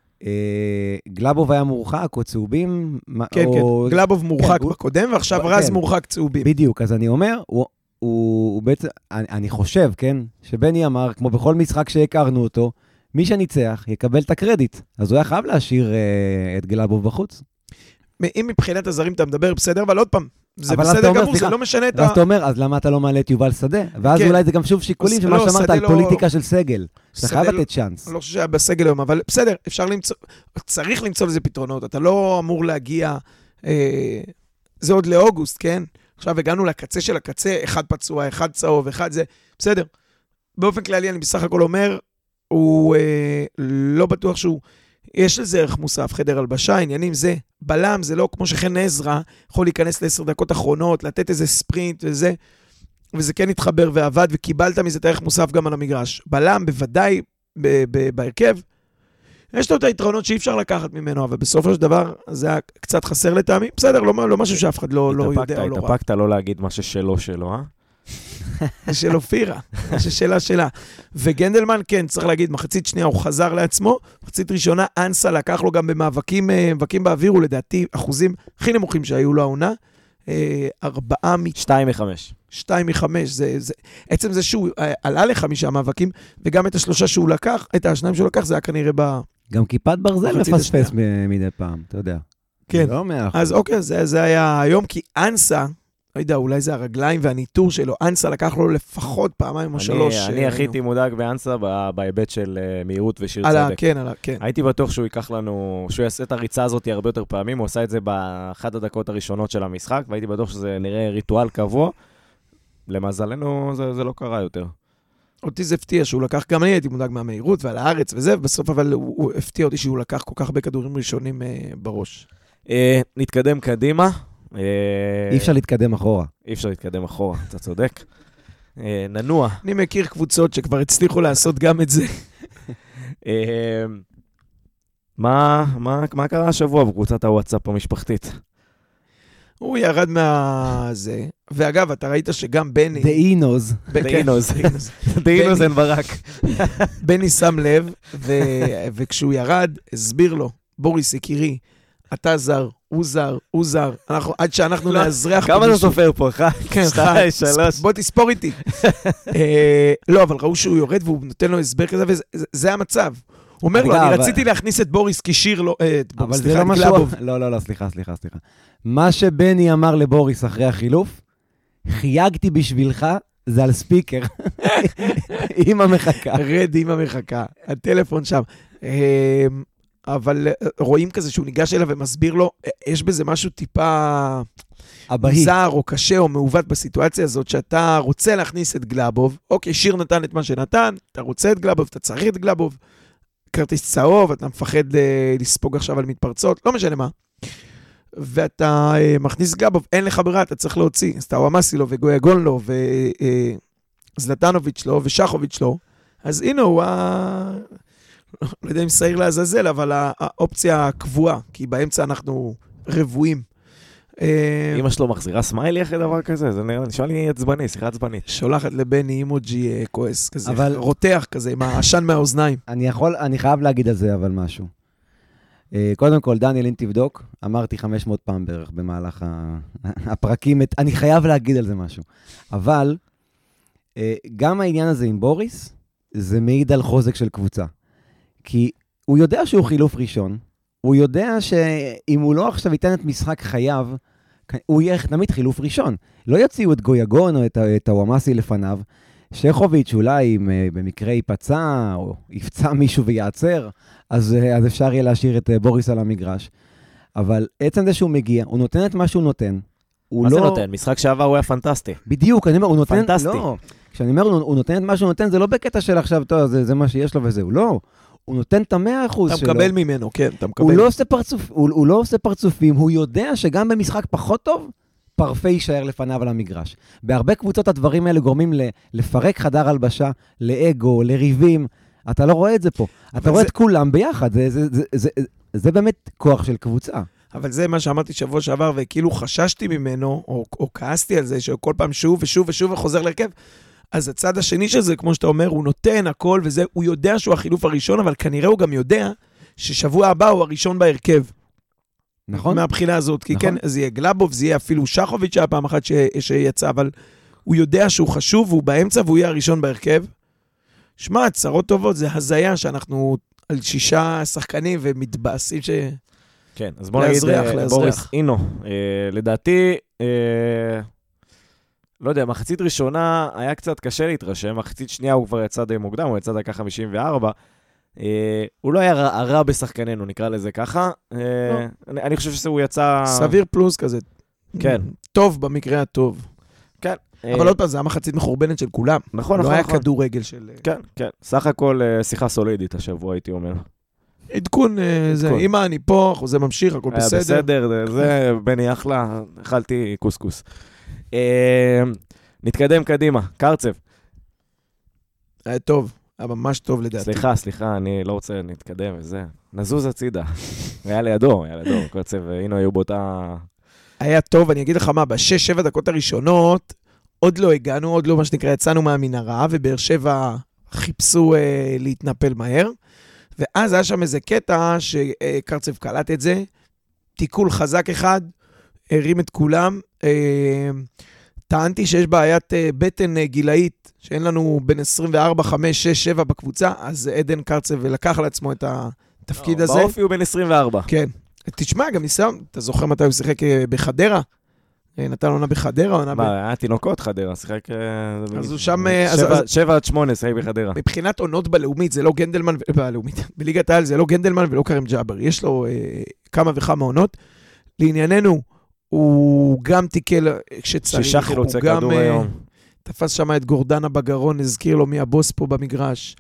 אה, גלאבוב היה מורחק או צהובים. כן, או... כן. גלאבוב מורחק כן, בקודם, ועכשיו כן. רז מורחק צהובים. בדיוק, אז אני אומר... הוא... הוא, הוא בעצם, אני, אני חושב, כן, שבני אמר, כמו בכל משחק שהכרנו אותו, מי שניצח יקבל את הקרדיט. אז הוא היה חייב להשאיר אה, את גלאבוב בחוץ. אם מבחינת הזרים אתה מדבר, בסדר, אבל עוד פעם, זה בסדר גמור, זה לא משנה את ה... ואז אתה אומר, אז למה אתה לא מעלה את יובל שדה? ואז כן. אולי זה גם שוב שיקולים של מה לא, שאמרת על לא... פוליטיקה של סגל. אתה חייב לתת צ'אנס. אני לא חושב שהיה בסגל היום, אבל בסדר, אפשר למצוא, צריך למצוא לזה פתרונות. אתה לא אמור להגיע, אה, זה עוד לאוגוסט, כן? עכשיו הגענו לקצה של הקצה, אחד פצוע, אחד צהוב, אחד זה, בסדר. באופן כללי אני בסך הכל אומר, הוא אה, לא בטוח שהוא, יש לזה ערך מוסף, חדר הלבשה, עניינים זה, בלם, זה לא כמו שכן עזרא, יכול להיכנס לעשר דקות אחרונות, לתת איזה ספרינט וזה, וזה כן התחבר ועבד, וקיבלת מזה את הערך מוסף גם על המגרש. בלם, בוודאי, ב- ב- בהרכב, יש לו את היתרונות שאי אפשר לקחת ממנו, אבל בסופו של דבר זה היה קצת חסר לטעמי. בסדר, לא, לא משהו שאף אחד לא, לא יודע או לא רע. התאפקת לא להגיד מה ששלו שלו, אה? זה של אופירה, מה ששאלה שלה. וגנדלמן, כן, צריך להגיד, מחצית שנייה הוא חזר לעצמו, מחצית ראשונה, אנסה לקח לו גם במאבקים מאבקים באוויר, ולדעתי אחוזים הכי נמוכים שהיו לו העונה, ארבעה מ... שתיים מחמש. שתיים מחמש, זה, זה, עצם זה שהוא עלה לחמישה מאבקים, וגם את השלושה שהוא לקח, את השניים שהוא לקח, זה היה כנראה ב... גם כיפת ברזל מפספס מדי פעם, אתה יודע. כן, לא אז אוקיי, זה, זה היה היום, כי אנסה, לא יודע, אולי זה הרגליים והניטור שלו, אנסה לקח לו לפחות פעמיים או שלוש. אני הכי הייתי מודאג באנסה בהיבט של מהירות ושיר צדק. כן, עלה, כן. הייתי בטוח שהוא ייקח לנו, שהוא יעשה את הריצה הזאת הרבה יותר פעמים, הוא עשה את זה באחת הדקות הראשונות של המשחק, והייתי בטוח שזה נראה ריטואל קבוע. למזלנו זה, זה לא קרה יותר. אותי זה הפתיע שהוא לקח, גם אני הייתי מודאג מהמהירות ועל הארץ וזה, בסוף אבל הוא, הוא הפתיע אותי שהוא לקח כל כך הרבה כדורים ראשונים אה, בראש. אה, נתקדם קדימה. אי אפשר להתקדם אחורה. אי אפשר להתקדם אחורה, אתה צודק. ננוע. אני מכיר קבוצות שכבר הצליחו לעשות גם את זה. מה קרה השבוע בקבוצת הוואטסאפ המשפחתית? הוא ירד מהזה, ואגב, אתה ראית שגם בני... דאינוז. דאינוז. דאינוז אין ברק. בני שם לב, וכשהוא ירד, הסביר לו, בוריס יקירי, אתה זר, הוא זר, הוא זר, עד שאנחנו נאזרח... כמה אתה סופר פה? אחד, שתיים, שלוש. בוא תספור איתי. לא, אבל ראו שהוא יורד והוא נותן לו הסבר כזה, וזה המצב. הוא אומר לו, אני רציתי להכניס את בוריס כשיר לו... אבל זה לא משהו... לא, לא, לא, סליחה, סליחה, סליחה. מה שבני אמר לבוריס אחרי החילוף, חייגתי בשבילך, זה על ספיקר. אמא מחכה. רד אמא מחכה. הטלפון שם. אבל רואים כזה שהוא ניגש אליו ומסביר לו, יש בזה משהו טיפה מוזר או קשה או מעוות בסיטואציה הזאת, שאתה רוצה להכניס את גלאבוב, אוקיי, שיר נתן את מה שנתן, אתה רוצה את גלאבוב, אתה צריך את גלאבוב, כרטיס צהוב, אתה מפחד לספוג עכשיו על מתפרצות, לא משנה מה. ואתה מכניס גלאבוב, אין לך ברירה, אתה צריך להוציא, אז אתה וואמאסי לו וגויגון לו, וזלטנוביץ' לו ושחוביץ' לו, אז הנה הוא ה... לא יודע אם שעיר לעזאזל, אבל האופציה הקבועה, כי באמצע אנחנו רבועים. אמא שלו מחזירה סמיילי אחרי דבר כזה, זה נשמע לי עצבני, שיחה עצבנית. שולחת לבני אימוג'י כועס כזה, רותח כזה, עם העשן מהאוזניים. אני יכול, אני חייב להגיד על זה אבל משהו. קודם כל, דניאל, אם תבדוק, אמרתי חמש מאות פעם בערך במהלך הפרקים, אני חייב להגיד על זה משהו. אבל גם העניין הזה עם בוריס, זה מעיד על חוזק של קבוצה. כי הוא יודע שהוא חילוף ראשון, הוא יודע שאם הוא לא עכשיו ייתן את משחק חייו, הוא יהיה תמיד חילוף ראשון. לא יוציאו את גויגון או את, את הוואמאסי לפניו, שחוביץ' אולי אם במקרה ייפצע או יפצע מישהו ויעצר, אז, אז אפשר יהיה להשאיר את בוריס על המגרש. אבל עצם זה שהוא מגיע, הוא נותן את מה שהוא נותן. מה לא... זה נותן? משחק שעבר הוא היה פנטסטי. בדיוק, אני אומר, הוא נותן... פנטסטי. לא, כשאני אומר, הוא, הוא נותן את מה שהוא נותן, זה לא בקטע של עכשיו, טוב, זה, זה מה שיש לו וזהו, לא. הוא נותן את המאה אחוז שלו. אתה מקבל ממנו, כן, אתה מקבל. הוא לא עושה פרצופ, הוא, הוא לא עושה פרצופים, הוא יודע שגם במשחק פחות טוב, פרפי יישאר לפניו על המגרש. בהרבה קבוצות הדברים האלה גורמים לפרק חדר הלבשה, לאגו, לריבים. אתה לא רואה את זה פה. אתה רואה זה... את כולם ביחד. זה, זה, זה, זה, זה, זה באמת כוח של קבוצה. אבל זה מה שאמרתי שבוע שעבר, וכאילו חששתי ממנו, או, או כעסתי על זה, שכל פעם שוב ושוב ושוב וחוזר להרכב. אז הצד השני של זה, כמו שאתה אומר, הוא נותן הכל, וזה, הוא יודע שהוא החילוף הראשון, אבל כנראה הוא גם יודע ששבוע הבא הוא הראשון בהרכב. נכון. מהבחינה הזאת, כי נכון. כן, זה יהיה גלאבוב, זה יהיה אפילו שחוביץ' שהיה פעם אחת ש... שיצא, אבל הוא יודע שהוא חשוב, והוא באמצע, והוא יהיה הראשון בהרכב. שמע, צרות טובות, זה הזיה שאנחנו על שישה שחקנים ומתבאסים ש... כן, אז בוא נגיד, בוריס אינו, אה, לדעתי, אה, לא יודע, מחצית ראשונה היה קצת קשה להתרשם, מחצית שנייה הוא כבר יצא די מוקדם, הוא יצא דקה חמישים וארבע, אה, הוא לא היה רע, רע בשחקנינו, נקרא לזה ככה, אה, לא. אני, אני חושב שהוא יצא... סביר פלוס כזה. כן. טוב במקרה הטוב. כן. אבל עוד פעם, זה היה מחצית מחורבנת של כולם. נכון, לא נכון. היה נכון. כדורגל של... כן, כן. סך הכל שיחה סולידית השבוע, הייתי אומר. עדכון, זה, אמא, אני פה, חוזה ממשיך, הכל בסדר. בסדר, זה בני אחלה, אכלתי קוסקוס. נתקדם קדימה, קרצב. היה טוב, היה ממש טוב לדעתי. סליחה, סליחה, אני לא רוצה להתקדם וזה. נזוז הצידה. היה לידו, היה לידו, קרצב, הנה היו באותה... היה טוב, אני אגיד לך מה, בשש, שבע דקות הראשונות, עוד לא הגענו, עוד לא מה שנקרא, יצאנו מהמנהרה, ובאר שבע חיפשו אה, להתנפל מהר, ואז היה שם איזה קטע שקרצב קלט את זה, תיקול חזק אחד, הרים את כולם, אה, טענתי שיש בעיית אה, בטן אה, גילאית, שאין לנו בין עשרים וארבע, חמש, שש, שבע בקבוצה, אז עדן קרצב לקח על עצמו את התפקיד הזה. באופי הוא בין עשרים וארבע. כן. תשמע, גם ניסיון, אתה זוכר מתי הוא שיחק בחדרה? נתן עונה בחדרה? מה, היה תינוקות חדרה, שיחק... אז הוא שם... שבע עד שמונה שיחק בחדרה. מבחינת עונות בלאומית, זה לא גנדלמן, בלאומית, בליגת העל זה לא גנדלמן ולא קרם ג'אבר, יש לו כמה וכמה עונות. לענייננו, הוא גם תיקל כשצריך, שישה חילוצי כדור היום. תפס שם את גורדנה בגרון, הזכיר לו מי הבוס פה במגרש.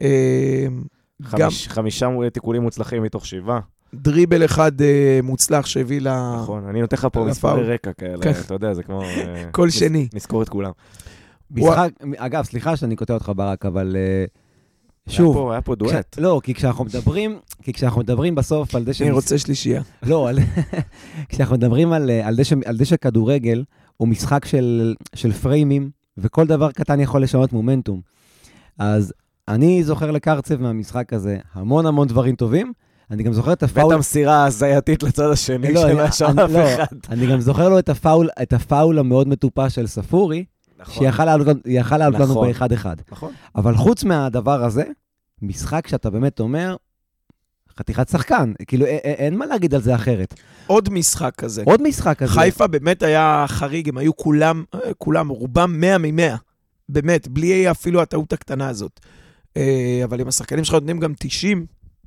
חמישה תיקולים מוצלחים מתוך שבעה. דריבל אחד אה, מוצלח שהביא ל... נכון, אני נותן לך פה מספרי רקע כאלה, כן. אתה יודע, זה כמו... כל אה, שני. נזכור את כולם. משחק, אגב, סליחה שאני כותב אותך ברק, אבל אה, שוב... היה פה, היה פה דואט. כש, לא, כי כשאנחנו מדברים, כי כשאנחנו מדברים בסוף על דשא... אני רוצה שלישייה. לא, על, כשאנחנו מדברים על, על, דשא, על דשא כדורגל, הוא משחק של, של פריימים, וכל דבר קטן יכול לשנות מומנטום. אז אני זוכר לקרצב מהמשחק הזה המון המון דברים טובים, אני גם זוכר את הפאול... ואת המסירה הזייתית לצד השני לא, של השם אף לא, אחד. אני גם זוכר לו את הפאול, את הפאול המאוד מטופש של ספורי, נכון. שיכל לעלות נכון. לנו באחד אחד. נכון. אבל חוץ מהדבר הזה, משחק שאתה באמת אומר, חתיכת שחקן, כאילו אין, אין מה להגיד על זה אחרת. עוד משחק כזה. עוד משחק כזה. חיפה באמת היה חריג, הם היו כולם, כולם, רובם מאה ממאה. באמת, בלי אפילו הטעות הקטנה הזאת. אבל אם השחקנים שלך נותנים גם תשעים,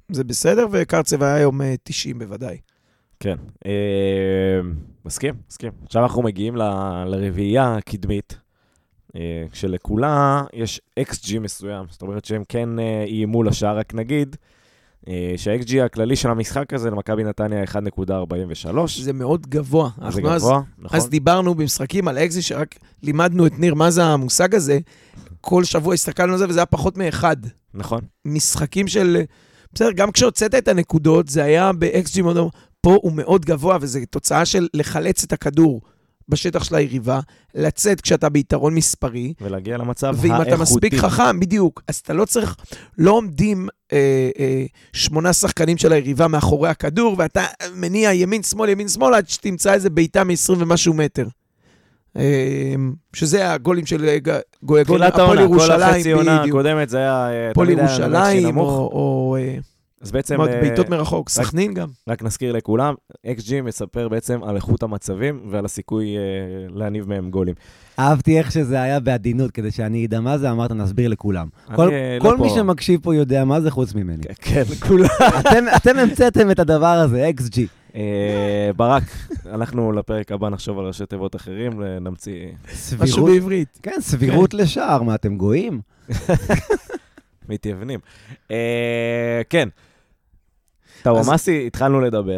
זה בסדר, וקרצב היה היום תשעים בוודאי. כן, מסכים, מסכים. עכשיו אנחנו מגיעים לרביעייה הקדמית, כשלכולה יש אקס ג'י מסוים, זאת אומרת שהם כן איימו לשער, רק נגיד, שה-אקס ג'י הכללי של המשחק הזה למכבי נתניה אחד נקודה ארבעים ושלוש. זה מאוד גבוה. זה גבוה, אז, נכון. אז דיברנו במשחקים על אקס ג'י, שרק לימדנו את ניר מה זה המושג הזה, כל שבוע הסתכלנו על זה, וזה היה פחות מאחד. נכון. משחקים של... בסדר, גם כשהוצאת את הנקודות, זה היה ב-אקס ג'י מאוד... פה הוא מאוד גבוה, וזו תוצאה של לחלץ את הכדור בשטח של היריבה, לצאת כשאתה ביתרון מספרי. ולהגיע למצב האיכותי. ואם אתה מספיק חכם, בדיוק, אז אתה לא צריך, לא עומדים אה, אה, שמונה שחקנים של היריבה מאחורי הכדור, ואתה מניע ימין, שמאל, ימין, שמאל, עד שתמצא איזה ביתה מ-עשרים ומשהו מטר. אה, שזה הגולים של גול הפועל ירושלים. כל החצי עונה הקודמת, זה היה... הפועל ירושלים, או... אז בעצם... בעיטות מרחוק, סכנין גם. רק נזכיר לכולם, אקס ג'י מספר בעצם על איכות המצבים ועל הסיכוי להניב מהם גולים. אהבתי איך שזה היה בעדינות, כדי שאני אדע מה זה, אמרת, נסביר לכולם. כל מי שמקשיב פה יודע מה זה חוץ ממני. כן, כולם. אתם המצאתם את הדבר הזה, אקס ג'י. ברק, אנחנו לפרק הבא נחשוב על ראשי תיבות אחרים, נמציא... משהו בעברית. כן, סבירות לשער, מה אתם גויים? מתייבנים. כן. טאוואמאסי, התחלנו לדבר.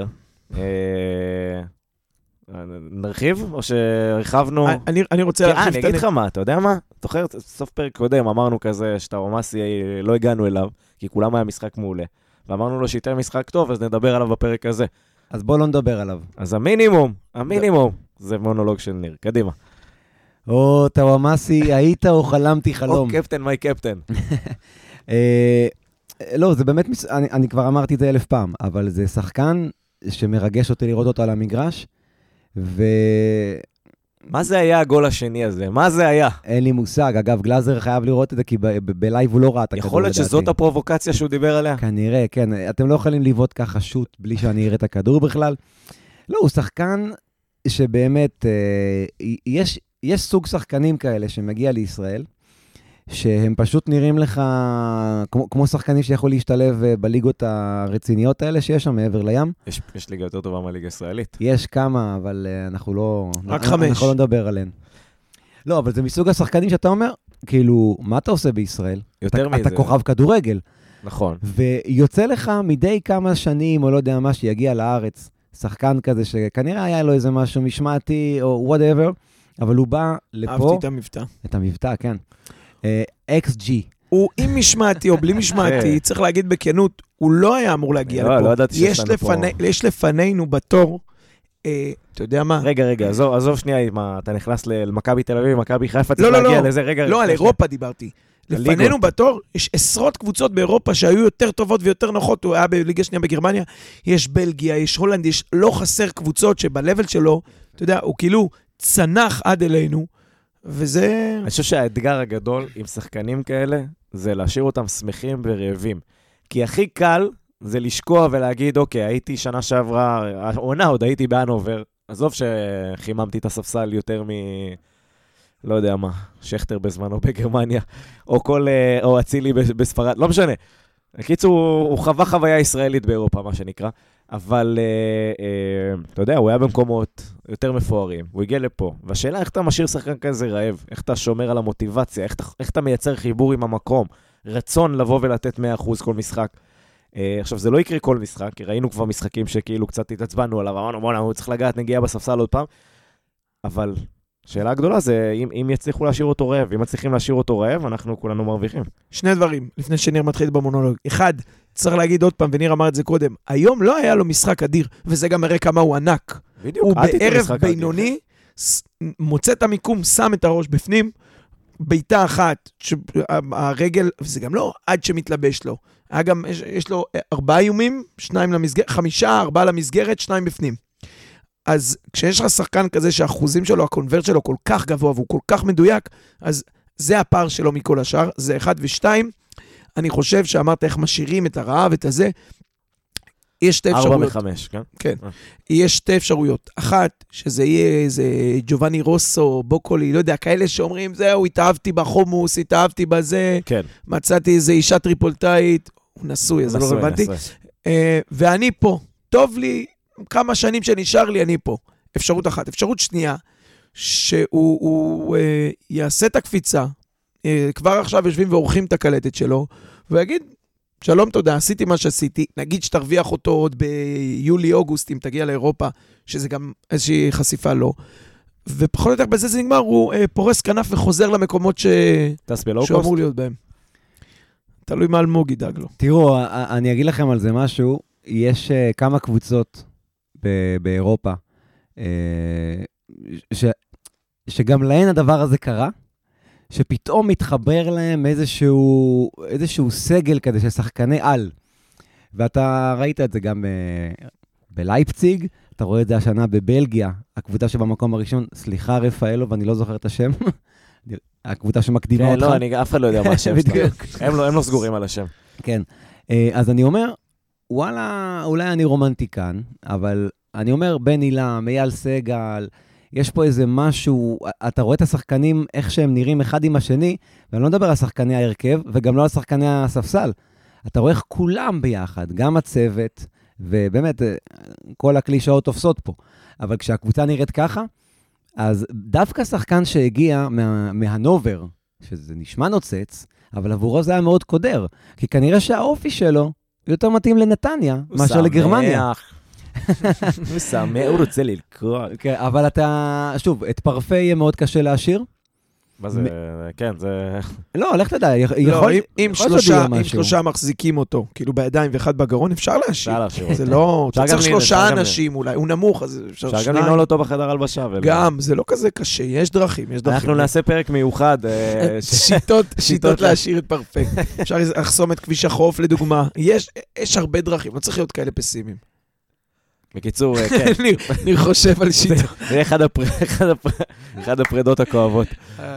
נרחיב, או שהרחבנו? אני רוצה להרחיב. אני אגיד לך מה, אתה יודע מה? תוכר, סוף פרק קודם, אמרנו כזה שטאוואמאסי לא הגענו אליו, כי כולם היה משחק מעולה. ואמרנו לו שייתן משחק טוב, אז נדבר עליו בפרק הזה. אז בוא לא נדבר עליו. אז המינימום, המינימום, זה מונולוג של ניר. קדימה. או, טאוואמאסי, היית או חלמתי חלום? או, קפטן, מי קפטן. לא, זה באמת, אני, אני כבר אמרתי את זה אלף פעם, אבל זה שחקן שמרגש אותי לראות אותו על המגרש, ו... מה זה היה הגול השני הזה? מה זה היה? אין לי מושג. אגב, גלאזר חייב לראות את זה, כי בלייב הוא לא ראה את הכדור. יכול להיות שזאת הפרובוקציה שהוא דיבר עליה? כנראה, כן. אתם לא יכולים לבעוט ככה שוט בלי שאני אראה את הכדור בכלל. לא, הוא שחקן שבאמת, יש, יש סוג שחקנים כאלה שמגיע לישראל, שהם פשוט נראים לך כמו, כמו שחקנים שיכול להשתלב בליגות הרציניות האלה שיש שם מעבר לים. יש, יש ליגה יותר טובה מהליגה הישראלית. יש כמה, אבל אנחנו לא... רק חמש. אנחנו לא נדבר עליהן. לא, אבל זה מסוג השחקנים שאתה אומר, כאילו, מה אתה עושה בישראל? יותר אתה, מזה. אתה כוכב כדורגל. נכון. ויוצא לך מדי כמה שנים, או לא יודע מה, שיגיע לארץ, שחקן כזה שכנראה היה לו איזה משהו משמעתי, או whatever, אבל הוא בא לפה... אהבתי את המבטא. את המבטא, כן. אקס ג'י. הוא עם משמעתי או בלי משמעתי, צריך להגיד בכנות, הוא לא היה אמור להגיע לפה. לא ידעתי שיש לנו פה. יש לפנינו בתור, אתה יודע מה? רגע, רגע, עזוב שנייה, אתה נכנס למכבי תל אביב, מכבי חיפה, צריך להגיע לזה, רגע. לא, על אירופה דיברתי. לפנינו בתור, יש עשרות קבוצות באירופה שהיו יותר טובות ויותר נוחות, הוא היה בליגה שנייה בגרמניה, יש בלגיה, יש הולנד, יש לא חסר קבוצות שבלבל שלו, אתה יודע, הוא כאילו צנח עד אלינו, וזה... אני חושב שהאתגר הגדול עם שחקנים כאלה, זה להשאיר אותם שמחים ורעבים. כי הכי קל זה לשקוע ולהגיד, אוקיי, הייתי שנה שעברה, העונה עוד הייתי באנובר, עזוב שחיממתי את הספסל יותר מ... לא יודע מה, שכטר בזמנו בגרמניה, או כל, או אצילי בספרד, לא משנה. בקיצור, הוא חווה חוויה ישראלית באירופה, מה שנקרא, אבל, אה, אה, אתה יודע, הוא היה במקומות יותר מפוארים, הוא הגיע לפה, והשאלה איך אתה משאיר שחקן כזה רעב, איך אתה שומר על המוטיבציה, איך, איך אתה מייצר חיבור עם המקום, רצון לבוא ולתת מאה אחוז כל משחק. אה, עכשיו, זה לא יקרה כל משחק, כי ראינו כבר משחקים שכאילו קצת התעצבנו עליו, אמרנו, בוא'נה, הוא צריך לגעת נגיעה בספסל עוד פעם, אבל... שאלה הגדולה זה אם, אם יצליחו להשאיר אותו רעב, אם מצליחים להשאיר אותו רעב, אנחנו כולנו מרוויחים. שני דברים, לפני שניר מתחיל במונולוג. אחד, צריך להגיד עוד פעם, וניר אמר את זה קודם, היום לא היה לו משחק אדיר, וזה גם מראה כמה הוא ענק. בדיוק, הוא בערב בינוני, מוצא את המיקום, שם את הראש בפנים, ביתה אחת, הרגל, וזה גם לא עד שמתלבש לו. היה גם, יש, יש לו ארבעה איומים, שניים למסגרת, חמישה, ארבעה למסגרת, שניים בפנים. אז כשיש לך שחקן כזה שהאחוזים שלו, הקונברט שלו כל כך גבוה והוא כל כך מדויק, אז זה הפער שלו מכל השאר, זה אחד ושתיים. אני חושב שאמרת איך משאירים את הרעב, את הזה. יש שתי אפשרויות. ארבע וחמש, כן? כן. יש שתי אפשרויות. אחת, שזה יהיה איזה ג'ובני רוסו, בוקולי, לא יודע, כאלה שאומרים, זהו, התאהבתי בחומוס, התאהבתי בזה, כן. מצאתי איזה אישה טריפולטאית, הוא נשוי, אז זה לא רלוונטי. ואני פה, טוב לי, כמה שנים שנשאר לי, אני פה. אפשרות אחת. אפשרות שנייה, שהוא יעשה את הקפיצה, כבר עכשיו יושבים ועורכים את הקלטת שלו, ויגיד, שלום תודה, עשיתי מה שעשיתי, נגיד שתרוויח אותו עוד ביולי-אוגוסט, אם תגיע לאירופה, שזה גם איזושהי חשיפה לא. ופחות או יותר בזה זה נגמר, הוא פורס כנף וחוזר למקומות שהוא אמור להיות בהם. תלוי מה אלמוג ידאג לו. תראו, אני אגיד לכם על זה משהו, יש כמה קבוצות באירופה, שגם להן הדבר הזה קרה, שפתאום מתחבר להם איזשהו, איזשהו סגל כזה של שחקני על. ואתה ראית את זה גם ב- בלייפציג, אתה רואה את זה השנה בבלגיה, הקבוצה שבמקום הראשון, סליחה רפאלו, ואני לא זוכר את השם, הקבוצה שמקדימה כן, אותך. לא, אני אף אחד לא יודע מה השם שלהם. הם לא, הם לא סגורים על השם. כן, אז אני אומר, וואלה, אולי אני רומנטיקן, אבל אני אומר, בן אילם, אייל סגל, יש פה איזה משהו, אתה רואה את השחקנים, איך שהם נראים אחד עם השני, ואני לא מדבר על שחקני ההרכב, וגם לא על שחקני הספסל. אתה רואה איך כולם ביחד, גם הצוות, ובאמת, כל הקלישאות תופסות פה. אבל כשהקבוצה נראית ככה, אז דווקא שחקן שהגיע מה, מהנובר, שזה נשמע נוצץ, אבל עבורו זה היה מאוד קודר, כי כנראה שהאופי שלו יותר מתאים לנתניה, מאשר לגרמניה. הוא שמח, הוא רוצה ללקוע. אבל אתה, שוב, את פרפה יהיה מאוד קשה להשאיר. מה זה, כן, זה... לא, לך תדע, יכול... אם שלושה מחזיקים אותו, כאילו בידיים ואחד בגרון, אפשר להשאיר. זה לא... אתה צריך שלושה אנשים אולי, הוא נמוך, אז אפשר שניים. אפשר גם לנעול אותו בחדר הלבשה. גם, זה לא כזה קשה, יש דרכים, יש דרכים. אנחנו נעשה פרק מיוחד. שיטות להשאיר את פרפה. אפשר לחסום את כביש החוף, לדוגמה. יש הרבה דרכים, לא צריך להיות כאלה פסימיים. בקיצור, כן. אני חושב על שיטות. זה אחד הפרדות הכואבות.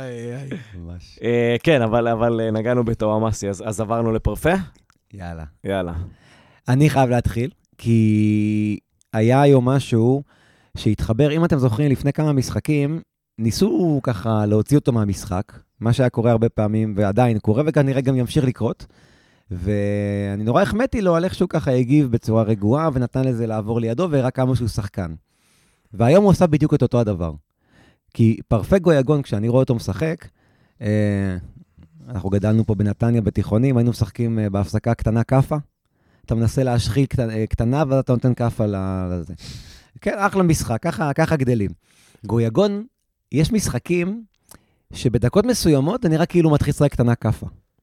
כן, אבל נגענו בתואמאסי, אז עברנו לפרפה? יאללה. יאללה. אני חייב להתחיל, כי היה היום משהו שהתחבר, אם אתם זוכרים, לפני כמה משחקים, ניסו ככה להוציא אותו מהמשחק, מה שהיה קורה הרבה פעמים, ועדיין קורה, וכנראה גם ימשיך לקרות, ואני נורא החמאתי לו על איך שהוא ככה הגיב בצורה רגועה, ונתן לזה לעבור לידו, והראה כמה שהוא שחקן. והיום הוא עושה בדיוק את אותו הדבר. כי פרפה גויגון, כשאני רואה אותו משחק, אה, אנחנו גדלנו פה בנתניה בתיכונים, היינו משחקים בהפסקה קטנה קפה, אתה מנסה להשחיל קטנה, קטנה, ואתה נותן קפה לזה. כן, אחלה משחק, ככה, ככה גדלים. גויגון, יש משחקים שבדקות מסוימות, אני רק כאילו מתחיל לשחק קטנה קפה.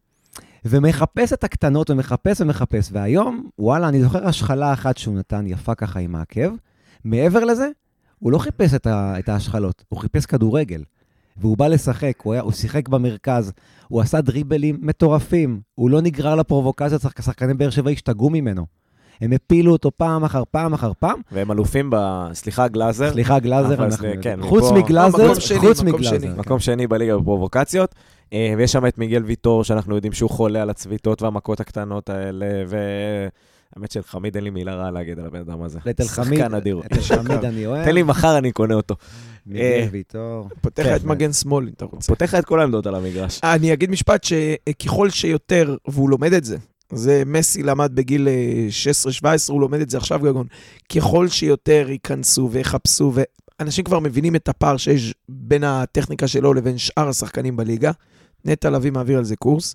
ומחפש את הקטנות, ומחפש ומחפש. והיום, וואלה, אני זוכר השחלה אחת שהוא נתן יפה ככה עם העקב. מעבר לזה, הוא לא חיפש את, ה, את ההשחלות, הוא חיפש כדורגל. והוא בא לשחק, הוא, היה, הוא שיחק במרכז, הוא עשה דריבלים מטורפים, הוא לא נגרר לפרובוקציות, שחקני באר שבע השתגעו ממנו. הם הפילו אותו פעם אחר פעם אחר פעם. והם אלופים ב... סליחה, גלאזר. סליחה, גלאזר. אנחנו... כן, חוץ מפה... מגלאזר, מקום שני, חוץ מקום מגלאזר. שני. מקום שני בליגה בפרובוקציות. ויש שם את מיגל ויטור, שאנחנו יודעים שהוא חולה על הצביטות והמכות הקטנות האלה, והאמת של חמיד אין לי מילה רעה להגיד על הבן אדם הזה. שחקן אדיר. את חמיד אני אוהב. תן לי מחר, אני קונה אותו. מיגל ויטור. פותח את מגן שמאל, אם אתה רוצה. פותח את כל העמדות על המגרש. אני אגיד משפט שככל שיותר, והוא לומד את זה, זה מסי למד בגיל שש עשרה שבע עשרה, הוא לומד את זה עכשיו גגון, ככל שיותר ייכנסו ויחפשו, ואנשים כבר מבינים את הפער שיש בין הטכניקה שלו לבין שאר השחקנים בליגה, נטע לביא מעביר על זה קורס,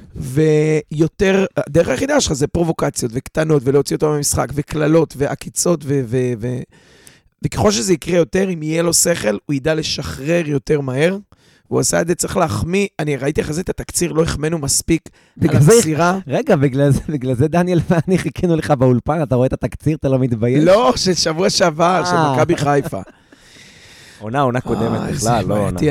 ויותר, דרך היחידה שלך זה פרובוקציות וקטנות, ולהוציא אותו מהמשחק, וכללות ועקיצות, ו- ו- ו- וככל שזה יקרה יותר, אם יהיה לו שכל, הוא ידע לשחרר יותר מהר, הוא עשה את זה, צריך להחמיא, אני ראיתי אחרי זה את התקציר, לא החמנו מספיק על המסירה. רגע, בגלל זה, בגלל זה דניאל ואני חיכינו לך באולפן, אתה רואה את התקציר, אתה לא מתבייש? לא, של שבוע שעבר, של מכבי חיפה. עונה, עונה קודמת בכלל, לא עונה.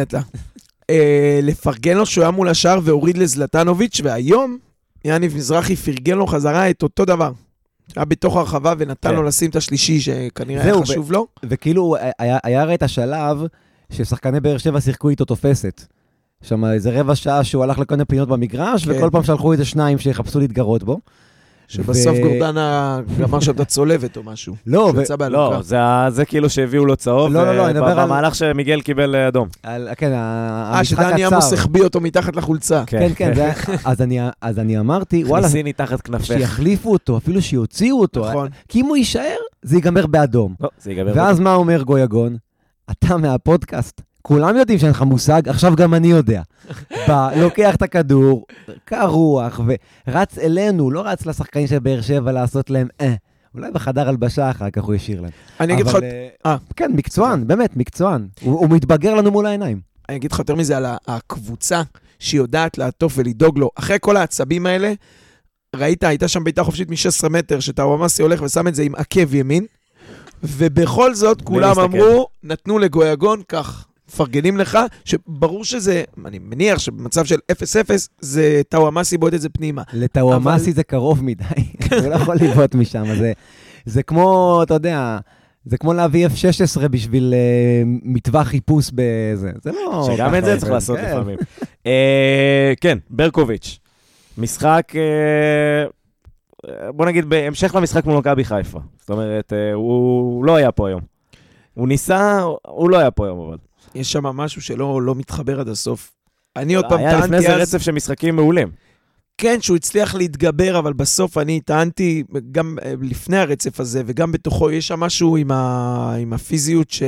לפרגן לו שהוא היה מול השאר והוריד לזלטנוביץ', והיום יניב מזרחי פרגן לו חזרה את אותו דבר. היה בתוך הרחבה ונתן לו לשים את השלישי שכנראה היה חשוב לו. וכאילו היה הרי את השלב ששחקני באר שבע שיחקו איתו תופסת. שם איזה רבע שעה שהוא הלך לכל מיני פינות במגרש, וכל פעם שלחו איזה שניים שיחפשו להתגרות בו. שבסוף גורדנה אמר שאתה צולבת או משהו. לא, לא, זה כאילו שהביאו לו צהוב, במהלך שמיגל קיבל אדום. כן, אה, שדני עמוס החביא אותו מתחת לחולצה. כן, כן, אז אני אמרתי, וואלה, שיחליפו אותו, אפילו שיוציאו אותו, כי אם הוא יישאר, זה ייגמר באדום. ואז מה אומר גויגון? אתה מהפודקאסט, כולם יודעים שאין לך מושג, עכשיו גם אני יודע. בא, לוקח את הכדור, קרוח, ורץ אלינו, לא רץ לשחקנים של באר שבע לעשות להם, אה, אולי בחדר הלבשה אחר כך הוא ישיר להם. אני אגיד לך... אה. כן, מקצוען, באמת, מקצוען. הוא, הוא מתבגר לנו מול העיניים. אני אגיד לך יותר מזה על הקבוצה שיודעת לעטוף ולדאוג לו. אחרי כל העצבים האלה, ראית, הייתה שם ביתה חופשית מ-שש עשרה מטר, שטאוואמאסי הולך ושם את זה עם עקב ימין, ובכל זאת כולם אמרו, נתנו לגויגון כך. מפרגנים לך, שברור שזה, אני מניח שבמצב של אפס אפס, זה טאוואמאסי בועט את זה פנימה. לטאוואמאסי אבל... זה קרוב מדי, הוא לא יכול לבעוט משם, זה, זה כמו, אתה יודע, זה כמו להביא אף שש עשרה בשביל uh, מטווח חיפוש בזה, זה לא... שגם את זה צריך לעשות כן. לפעמים. uh, כן, ברקוביץ', משחק, uh, בוא נגיד, בהמשך למשחק מול מכבי חיפה, זאת אומרת, uh, הוא לא היה פה היום. הוא ניסה, הוא לא היה פה היום, אבל... יש שם משהו שלא לא מתחבר עד הסוף. אני עוד פעם טענתי אז... היה לפני זה רצף של משחקים מעולים. כן, שהוא הצליח להתגבר, אבל בסוף אני טענתי, גם לפני הרצף הזה, וגם בתוכו, יש שם משהו עם, ה... עם הפיזיות ש...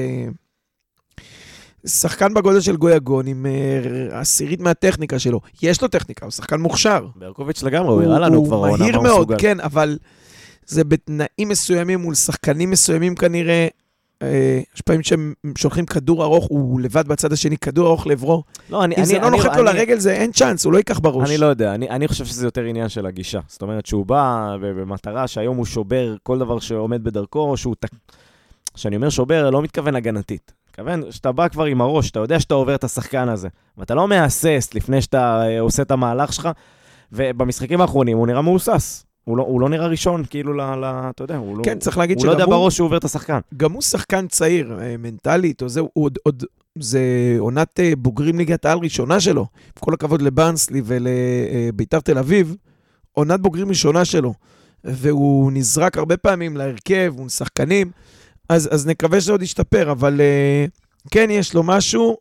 שחקן בגודל של גויגון, עם עשירית מהטכניקה שלו. יש לו טכניקה, הוא שחקן מוכשר. ברקוביץ' לגמרי, הוא הראה לנו כבר... הוא מהיר מאוד, כן, אבל זה בתנאים מסוימים, מול שחקנים מסוימים כנראה, יש פעמים שהם שולחים כדור ארוך, הוא לבד בצד השני, כדור ארוך לעברו. לא, אני, אם אני, זה לא אני, נוחת אני, לו אני, לרגל, זה אין צ'אנס, הוא לא ייקח בראש. אני לא יודע, אני, אני חושב שזה יותר עניין של הגישה. זאת אומרת שהוא בא במטרה שהיום הוא שובר כל דבר שעומד בדרכו, שהוא, שאני אומר שובר, לא מתכוון הגנתית. מתכוון שאתה בא כבר עם הראש, אתה יודע שאתה עובר את השחקן הזה, ואתה לא מהסס לפני שאתה עושה את המהלך שלך, ובמשחקים האחרונים הוא נראה מאוסס. הוא לא, הוא לא נראה ראשון, כאילו, ל, ל, אתה יודע, הוא, כן, לא, צריך להגיד הוא לא יודע בראש שהוא עובר את השחקן. גם הוא שחקן צעיר, מנטלית, או זה, הוא עוד, עוד, זה עונת בוגרים ליגת העל ראשונה שלו. כל הכבוד לבאנסלי ולביתר תל אביב, עונת בוגרים ראשונה שלו. והוא נזרק הרבה פעמים להרכב, הוא שחקנים, אז, אז נקווה שזה עוד ישתפר, אבל כן, יש לו משהו,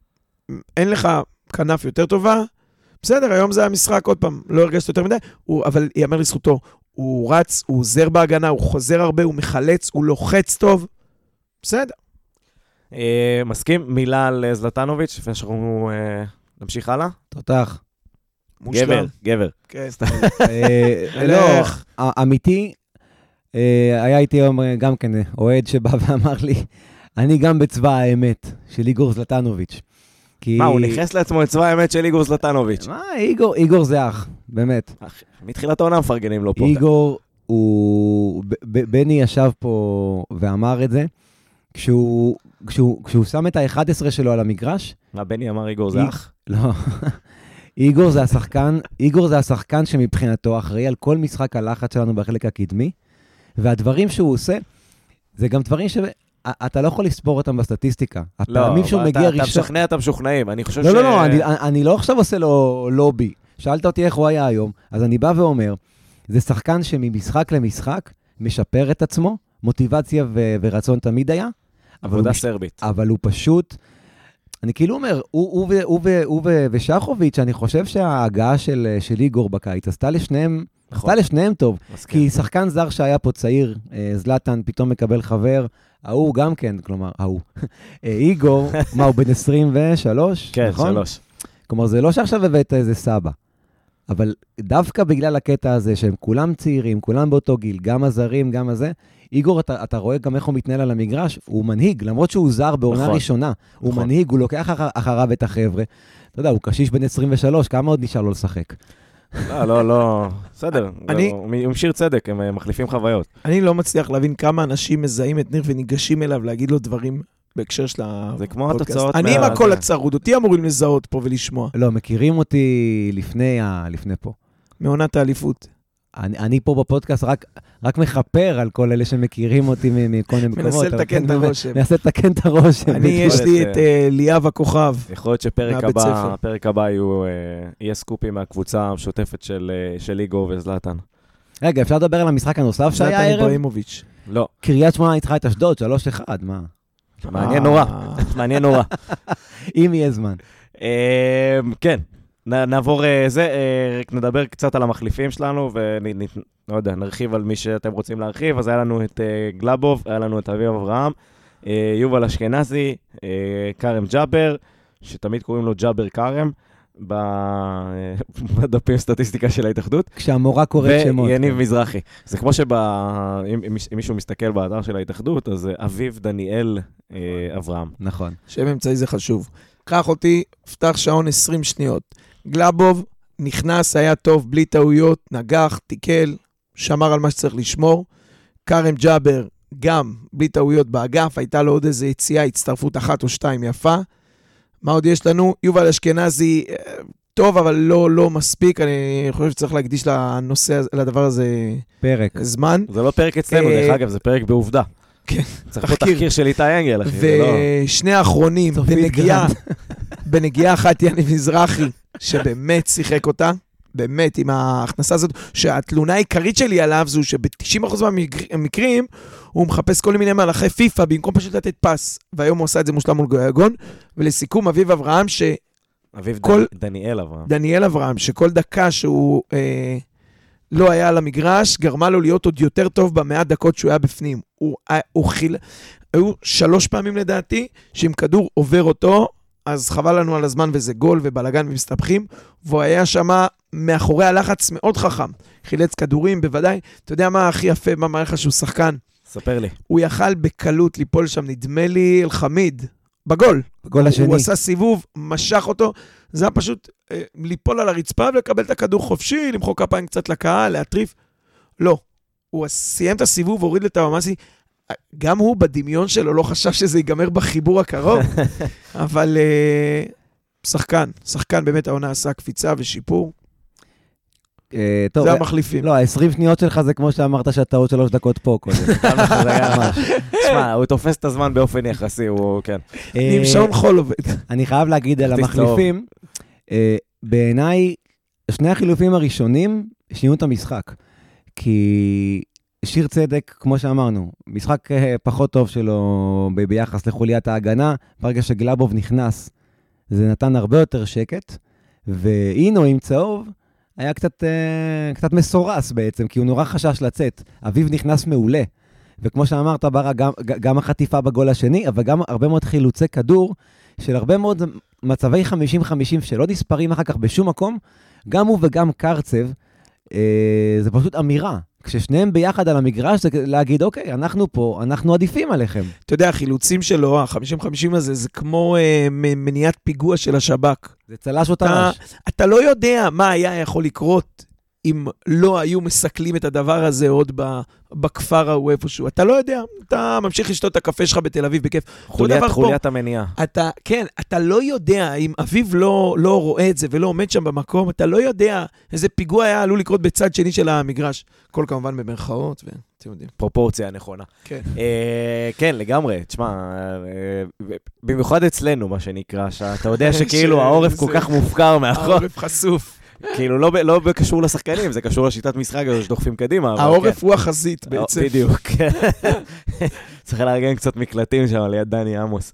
אין לך כנף יותר טובה, בסדר, היום זה המשחק, עוד פעם, לא הרגשת יותר מדי, הוא, אבל יאמר לזכותו, הוא רץ, הוא עוזר בהגנה, הוא חוזר הרבה, הוא מחלץ, הוא לוחץ טוב, בסדר. אה, מסכים, מילה על זלטנוביץ', לפני שאנחנו אה, נמשיך הלאה? תותח. גבר, גבר. כן. אה, לא, אמיתי, אה, היה איתי היום גם כן אוהד שבא ואמר לי, אני גם בצבא האמת של איגור זלטנוביץ'. מה, הוא נכנס לעצמו את צבא האמת של איגור זלטנוביץ'. מה, איגור, איגור זה אח, באמת. מתחילת העונה מפרגנים לו פה. איגור, הוא, בני ישב פה ואמר את זה, כשהוא, כשהוא, כשהוא שם את ה-אחד עשר שלו על המגרש. מה, בני אמר איגור זה אח? לא. איגור זה השחקן, איגור זה השחקן שמבחינתו אחראי על כל משחק הלחץ שלנו בחלק הקדמי, והדברים שהוא עושה, זה גם דברים ש... אתה לא יכול לספור אותם בסטטיסטיקה. הפעמים שהוא מגיע ראשון... אתה משכנע, אתה משוכנעים. אני חושב ש... לא, לא, לא, אני לא עכשיו עושה לו לובי. שאלת אותי איך הוא היה היום, אז אני בא ואומר, זה שחקן שממשחק למשחק משפר את עצמו, מוטיבציה ורצון תמיד היה. עבודה סרבית. אבל הוא פשוט... אני כאילו אומר, הוא ושחוביץ', אני חושב שההגעה של איגור בקיץ עשתה לשניהם... עשתה לשניהם טוב. כי שחקן זר שהיה פה צעיר, זלטן, פתאום מקבל חבר... ההוא גם כן, כלומר, ההוא. איגור, מה, הוא בן עשרים ושלוש? כן, שלוש. כלומר, זה לא שעכשיו הבאת איזה סבא. אבל דווקא בגלל הקטע הזה, שהם כולם צעירים, כולם באותו גיל, גם הזרים, גם הזה, איגור, אתה, אתה רואה גם איך הוא מתנהל על המגרש, הוא מנהיג, למרות שהוא זר בעונה נכון, ראשונה. הוא נכון. מנהיג, הוא לוקח אחר, אחריו את החבר'ה. אתה יודע, הוא קשיש בן עשרים ושלוש, כמה עוד נשאר לו לשחק? לא, לא, לא, בסדר, הוא משאיר צדק, הם מחליפים חוויות. אני לא מצליח להבין כמה אנשים מזהים את ניר וניגשים אליו להגיד לו דברים בהקשר של הפודקאסט. זה כמו התוצאות. אני עם הכל הצרוד, אותי אמורים לזהות פה ולשמוע. לא, מכירים אותי לפני פה. מעונת האליפות. אני, אני פה בפודקאסט רק, רק מחפר על כל אלה שמכירים אותי מכל מיני מקומות. מנסה לתקן את הרושם. מנסה לתקן את הרושם. אני, יש לי את ליאב הכוכב. יכול להיות שפרק הבא, הפרק הבא יהיה סקופים מהקבוצה המשותפת של איגור וזלטן. רגע, אפשר לדבר על המשחק הנוסף שהיה זלטן הערב? איברהימוביץ'. לא. קריית שמונה ניצחה את אשדוד, שלוש אחד, מה? מעניין נורא, מעניין נורא. אם יהיה זמן. כן, נעבור זה, רק נדבר קצת על המחליפים שלנו, ולא יודע, נרחיב על מי שאתם רוצים להרחיב. אז היה לנו את גלאבוב, היה לנו את אביב אברהם, יובל אשכנזי, קרם ג'אבר, שתמיד קוראים לו ג'אבר קרם, בדפים סטטיסטיקה של ההתאחדות. כשהמורה קוראת שמות. ויניב מזרחי. זה כמו שאם מישהו מסתכל באתר של ההתאחדות, אז אביב דניאל אברהם. נכון. שם אמצעי זה חשוב. קח אותי, פתח שעון עשרים שניות. גלאבוב נכנס, היה טוב, בלי טעויות, נגח, תיקל, שמר על מה שצריך לשמור. קרם ג'אבר, גם בלי טעויות באגף, הייתה לו עוד איזו יציאה, הצטרפות אחת או שתיים יפה. מה עוד יש לנו? יובל אשכנזי, טוב, אבל לא, לא מספיק. אני חושב שצריך להקדיש לנושא, לדבר הזה פרק. זמן. זה לא פרק אצלנו, דרך אגב, זה פרק בעובדה. כן. צריך פה תחקיר של איתי אנגל, אחי. ושני האחרונים, בנגיעה, בנגיעה אחת יניב מזרחי, שבאמת שיחק אותה, באמת עם ההכנסה הזאת, שהתלונה העיקרית שלי עליו זו שב-תשעים אחוז מהמקרים הוא מחפש כל מיני מהלכי פיפה, במקום פשוט לתת פס, והיום הוא עושה את זה מושלם מול גויגון, ולסיכום אביב אברהם, ש... אביב כל... דניאל אברהם. דניאל אברהם, שכל דקה שהוא אה, לא היה על המגרש, גרמה לו להיות עוד יותר טוב במאה דקות שהוא היה בפנים. הוא, הוא חיל... היו שלוש פעמים לדעתי, שאם כדור עובר אותו, אז חבל לנו על הזמן וזה גול ובלגן ומסתבכים, והוא היה שמה מאחורי הלחץ מאוד חכם. חילץ כדורים, בוודאי. אתה יודע מה הכי יפה, מה מראה לך שהוא שחקן? ספר לי. הוא יכל בקלות ליפול שם, נדמה לי, אל חמיד, בגול. בגול השני. הוא עשה סיבוב, משך אותו, זה היה פשוט אה, ליפול על הרצפה ולקבל את הכדור חופשי, למחוא כפיים קצת לקהל, להטריף. לא. הוא סיים את הסיבוב, הוריד לטאוואמאסי, גם הוא בדמיון שלו לא חשב שזה ייגמר בחיבור הקרוב, אבל uh, שחקן, שחקן באמת העונה עשה קפיצה ושיפור. Uh, טוב, זה המחליפים. לא, ה-עשרים שניות שלך זה כמו שאמרת שאתה עוד שלוש דקות פה קודם. תשמע, הוא תופס את הזמן באופן יחסי, הוא כן. עם שעון חול עובד. אני חייב להגיד על המחליפים, בעיניי, שני החילופים הראשונים שינו את המשחק. כי... שיר צדק, כמו שאמרנו, משחק פחות טוב שלו ביחס לחוליית ההגנה, ברגע שגלאבוב נכנס, זה נתן הרבה יותר שקט, ואינו עם צהוב, היה קצת, קצת מסורס בעצם, כי הוא נורא חשש לצאת. אביב נכנס מעולה, וכמו שאמרת, ברא, גם, גם החטיפה בגול השני, אבל גם הרבה מאוד חילוצי כדור, של הרבה מאוד מצבי חמישים חמישים שלא נספרים אחר כך בשום מקום, גם הוא וגם קרצב, זה פשוט אמירה. כששניהם ביחד על המגרש, זה להגיד, אוקיי, אנחנו פה, אנחנו עדיפים עליכם. אתה יודע, החילוצים שלו, ה-חמישים חמישים הזה, זה כמו אה, מניעת פיגוע של השב"כ. זה צלש או תרש. אתה, אתה לא יודע מה היה יכול לקרות אם לא היו מסכלים את הדבר הזה עוד ב, בכפר ההוא איפשהו. אתה לא יודע, אתה ממשיך לשתות את הקפה שלך בתל אביב בכיף. חוליית, חוליית המניעה. אתה, כן, אתה לא יודע, אם אביב לא, לא רואה את זה ולא עומד שם במקום, אתה לא יודע איזה פיגוע היה עלול לקרות בצד שני של המגרש. כל כמובן במרכאות, ואתם יודעים. פרופורציה נכונה. כן. אה, כן, לגמרי. תשמע, אה, במיוחד אצלנו, מה שנקרא, שאתה יודע שכאילו העורף כל כך מופקר מאחור. העורף חשוף. כאילו לא, לא קשור לשחקנים, זה קשור לשיטת משחק הזו שדוחפים קדימה. העורף כן. הוא החזית בעצם. בדיוק, כן. צריך לארגן קצת מקלטים שם ליד דני עמוס.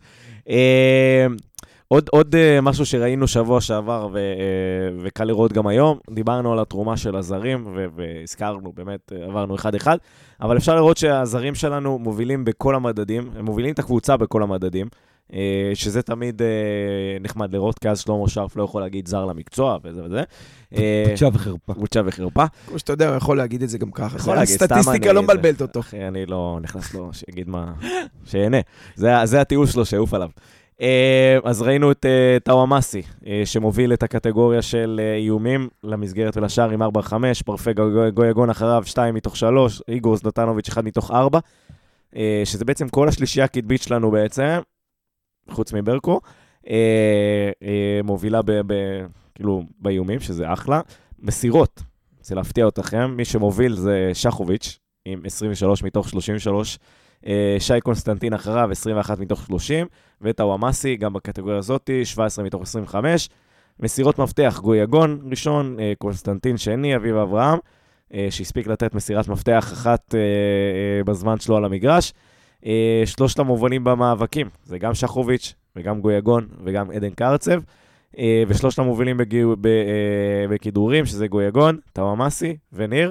עוד, עוד משהו שראינו שבוע שעבר ו, וקל לראות גם היום, דיברנו על התרומה של הזרים ו, והזכרנו, באמת עברנו אחד אחד, אבל אפשר לראות שהזרים שלנו מובילים בכל המדדים, הם מובילים את הקבוצה בכל המדדים, שזה תמיד נחמד לראות, כי אז שלמה שרף לא יכול להגיד זר למקצוע וזה וזה. בוצ'ה וחרפה. בוצ'ה וחרפה. כמו שאתה יודע, הוא יכול להגיד את זה גם ככה. הסטטיסטיקה לא מבלבלת אותו. אחי, אני לא נכנס לו, שיגיד מה, שיהנה. זה הטיול שלו שעוף עליו. אז ראינו את טאוואמאסי, שמוביל את הקטגוריה של איומים למסגרת ולשער עם ארבע חמש, פרפה גויגון אחריו שתיים מתוך שלוש, איגור זלטנוביץ' אחד מתוך ארבע, שזה בעצם כל השלישייה הקדמית שלנו בעצם, חוץ מברקו, מובילה כאילו באיומים, שזה אחלה. מסירות, זה להפתיע אותכם, מי שמוביל זה שחוביץ' עם עשרים ושלוש מתוך שלושים ושלוש, שי קונסטנטין אחריו, עשרים ואחת מתוך שלושים, וטאוואמאסי, גם בקטגוריה הזאת, שבע עשרה מתוך עשרים וחמש. מסירות מפתח, גויגון ראשון, קונסטנטין שני, אביב אברהם, שהספיק לתת מסירת מפתח אחת בזמן שלו על המגרש. שלושת המובלים במאבקים, זה גם שחוביץ' וגם גויגון וגם עדן קרצב, ושלושת המובילים בכידורים, שזה גויגון, טוואמאסי וניר.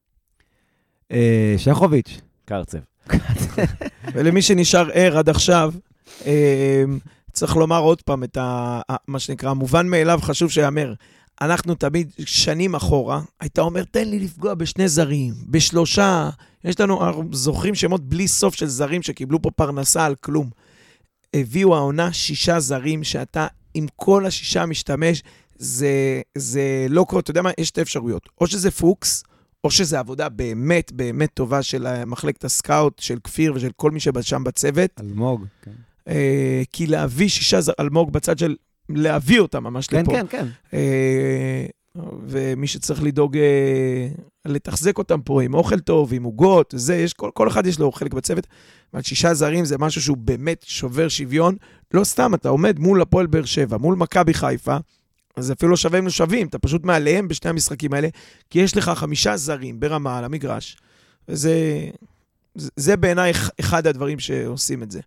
שחוביץ'. קרצב. ולמי שנשאר ער עד עכשיו, צריך לומר עוד פעם את מה שנקרא, המובן מאליו חשוב שיאמר, אנחנו תמיד שנים אחורה, הייתה אומר, תן לי לפגוע בשני זרים, בשלושה, יש לנו, זוכרים שמות בלי סוף של זרים שקיבלו פה פרנסה על כלום. הביאו העונה שישה זרים שאתה עם כל השישה משתמש, זה, זה לא קורה, אתה יודע מה, יש שתי אפשרויות, או שזה פוקס, או שזה עבודה באמת, באמת טובה של מחלקת הסקאוט, של כפיר ושל כל מי שבשם בצוות. אלמוג, כן. אה, כי להביא שישה זרים, אלמוג בצד של להביא אותם ממש כן, לפה. כן, כן. אה, ומי שצריך לדאוג אה, לתחזק אותם פה עם אוכל טוב, עם עוגות, זה, יש, כל, כל אחד יש לו חלק בצוות, אבל שישה זרים זה משהו שהוא באמת שובר שוויון, לא סתם, אתה עומד מול הפועל באר שבע, מול מכבי חיפה, אז אפילו לא שווים לא שווים, אתה פשוט מעליהם בשני המשחקים האלה, כי יש לך חמישה זרים ברמה על המגרש, וזה זה, זה בעיניי אחד הדברים שעושים את זה.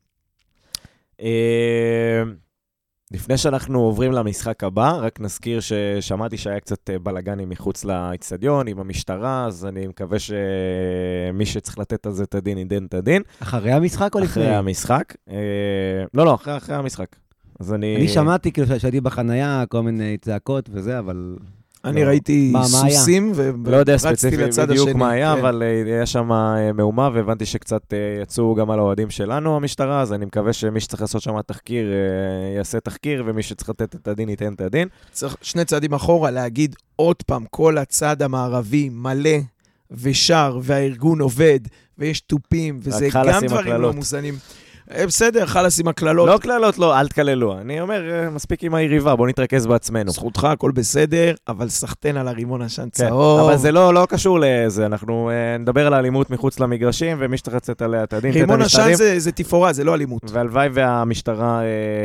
לפני שאנחנו עוברים למשחק הבא, רק נזכיר ששמעתי שהיה קצת בלגנים מחוץ לאצטדיון עם המשטרה, אז אני מקווה שמי שצריך לתת על זה את הדין, ייתן את הדין. אחרי המשחק או לפני? אחרי המשחק. לא, לא, אחרי, אחרי המשחק. אז אני... אני שמעתי, כאילו, שהייתי בחנייה, כל מיני צעקות וזה, אבל... אני ראיתי סוסים, לא יודע ספציפי בדיוק מה היה, אבל היה שם מהומה, והבנתי שקצת יצאו גם על האוהדים שלנו, המשטרה, אז אני מקווה שמי שצריך לעשות שם תחקיר, יעשה תחקיר, ומי שצריך לתת את הדין, ייתן את הדין. צריך שני צעדים אחורה, להגיד עוד פעם, כל הצד המערבי מלא ושר, והארגון עובד, ויש טופים, וזה גם דברים לא מוזנים. בסדר, חלס עם הכללות. לא כללות, לא, אל תכללו. אני אומר, מספיק עם היריבה, בוא נתרכז בעצמנו. זכותך, הכל בסדר, אבל סחטן על הרימון עשן צהוב. אבל זה לא קשור לזה, אנחנו נדבר על האלימות מחוץ למגרשים, ומי שצריך לצאת עליה את הדין. רימון עשן זה תפאורה, זה לא אלימות. והלוואי והמשטרה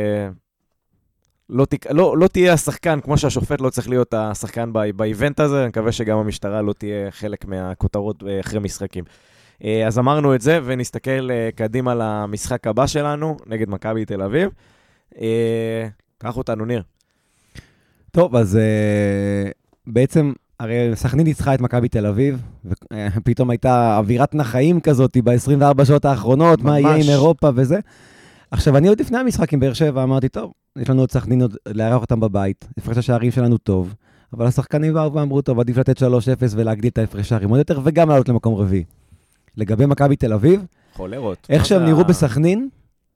לא תהיה השחקן, כמו שהשופט לא צריך להיות השחקן באיבנט הזה, אני מקווה שגם המשטרה לא תהיה חלק מהכותרות אחרי משחקים. אז אמרנו את זה, ונסתכל קדימה למשחק הבא שלנו, נגד מכבי תל אביב. קח אותנו, ניר. טוב, אז בעצם, הרי סכנין ניצחה את מכבי תל אביב, ופתאום הייתה אווירת נחיים כזאת ב-עשרים וארבע שעות האחרונות, מה יהיה עם אירופה וזה. עכשיו, אני עוד לפני המשחק עם באר שבע, אמרתי, טוב, יש לנו עוד סכנין עוד לארח אותם בבית, הפרש השערים שלנו טוב, אבל השחקנים באו ואמרו, טוב, עדיף לתת שלוש אפס ולהגדיל את ההפרש השערים עוד יותר, וגם לעלות למקום רביעי. לגבי מכבי תל אביב, חולרות. איך שהם נראו בסכנין,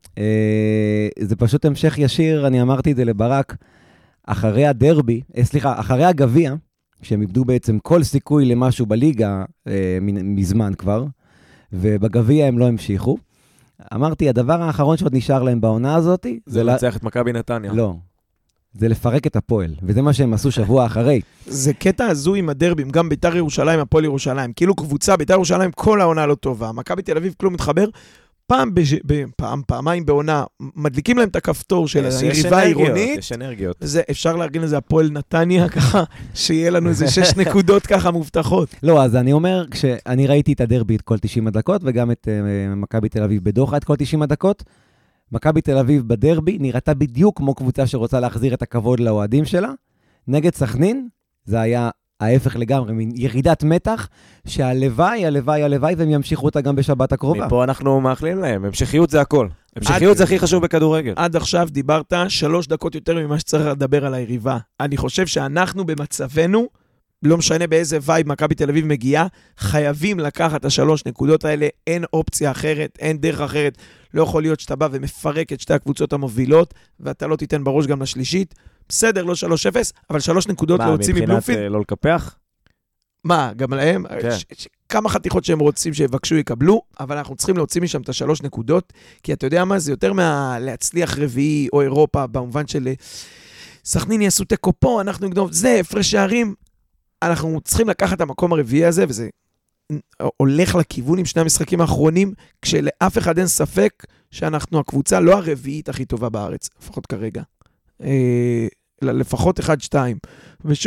אה, זה פשוט המשך ישיר, אני אמרתי את זה לברק, אחרי הדרבי, אה, סליחה, אחרי הגביע, שהם איבדו בעצם כל סיכוי למשהו בליגה אה, מזמן כבר, ובגביע הם לא המשיכו. אמרתי, הדבר האחרון שעוד נשאר להם בעונה הזאת, זה לנצח את מכבי נתניה. לא. זה לפרק את הפועל, וזה מה שהם עשו שבוע אחרי. זה קטע הזוי עם הדרבים, גם ביתר ירושלים, הפועל ירושלים, כאילו קבוצה, ביתר ירושלים, כל העונה לא טובה, מכבי תל אביב כלום מתחבר, פעם, פעם, פעמיים בעונה, מדליקים להם את הכפתור של היריבה העירונית, יש אנרגיות. וזה, אפשר לארגן לזה הפועל נתניה, ככה, שיהיה לנו איזה שש נקודות ככה מובטחות. לא, אז אני אומר, כשאני ראיתי את הדרבי את כל תשעים הדקות, וגם את מכבי תל אביב בדוחה את כל תשעים הדקות, מכבי תל אביב בדרבי נראתה בדיוק כמו קבוצה שרוצה להחזיר את הכבוד לאוהדים שלה. נגד סכנין, זה היה ההפך לגמרי, מין ירידת מתח, שהלוואי, הלוואי, הלוואי, והם ימשיכו אותה גם בשבת הקרובה. מפה אנחנו מאחלים להם, המשכיות זה הכל. המשכיות זה הכי חשוב בכדורגל. עד עכשיו דיברת שלוש דקות יותר ממה שצריך לדבר על היריבה. אני חושב שאנחנו במצבנו, לא משנה באיזה וייב מכבי תל אביב מגיעה, חייבים לקחת את השלוש נקודות האלה, אין אופציה אחרת, אין דרך אחרת. לא יכול להיות שאתה בא ומפרק את שתי הקבוצות המובילות, ואתה לא תיתן בראש גם לשלישית. בסדר, לא שלוש אפס, אבל שלוש נקודות להוציא מבלומפילד. מה, מבחינת לא לקפח? מה, גם להם? כן. כמה חתיכות שהם רוצים שיבקשו יקבלו, אבל אנחנו צריכים להוציא משם את השלוש נקודות, כי אתה יודע מה, זה יותר מהלהצליח רביעי או אירופה, במובן של סכנין יעשו תיקו פה, אנחנו נגנוב, זה הפרש שערים. אנחנו צריכים לקחת את המקום הרביעי הזה, וזה הולך לכיוון עם שני המשחקים האחרונים, כשלאף אחד אין ספק שאנחנו הקבוצה לא הרביעית הכי טובה בארץ, לפחות כרגע. לפחות אחד שתיים. ושוב,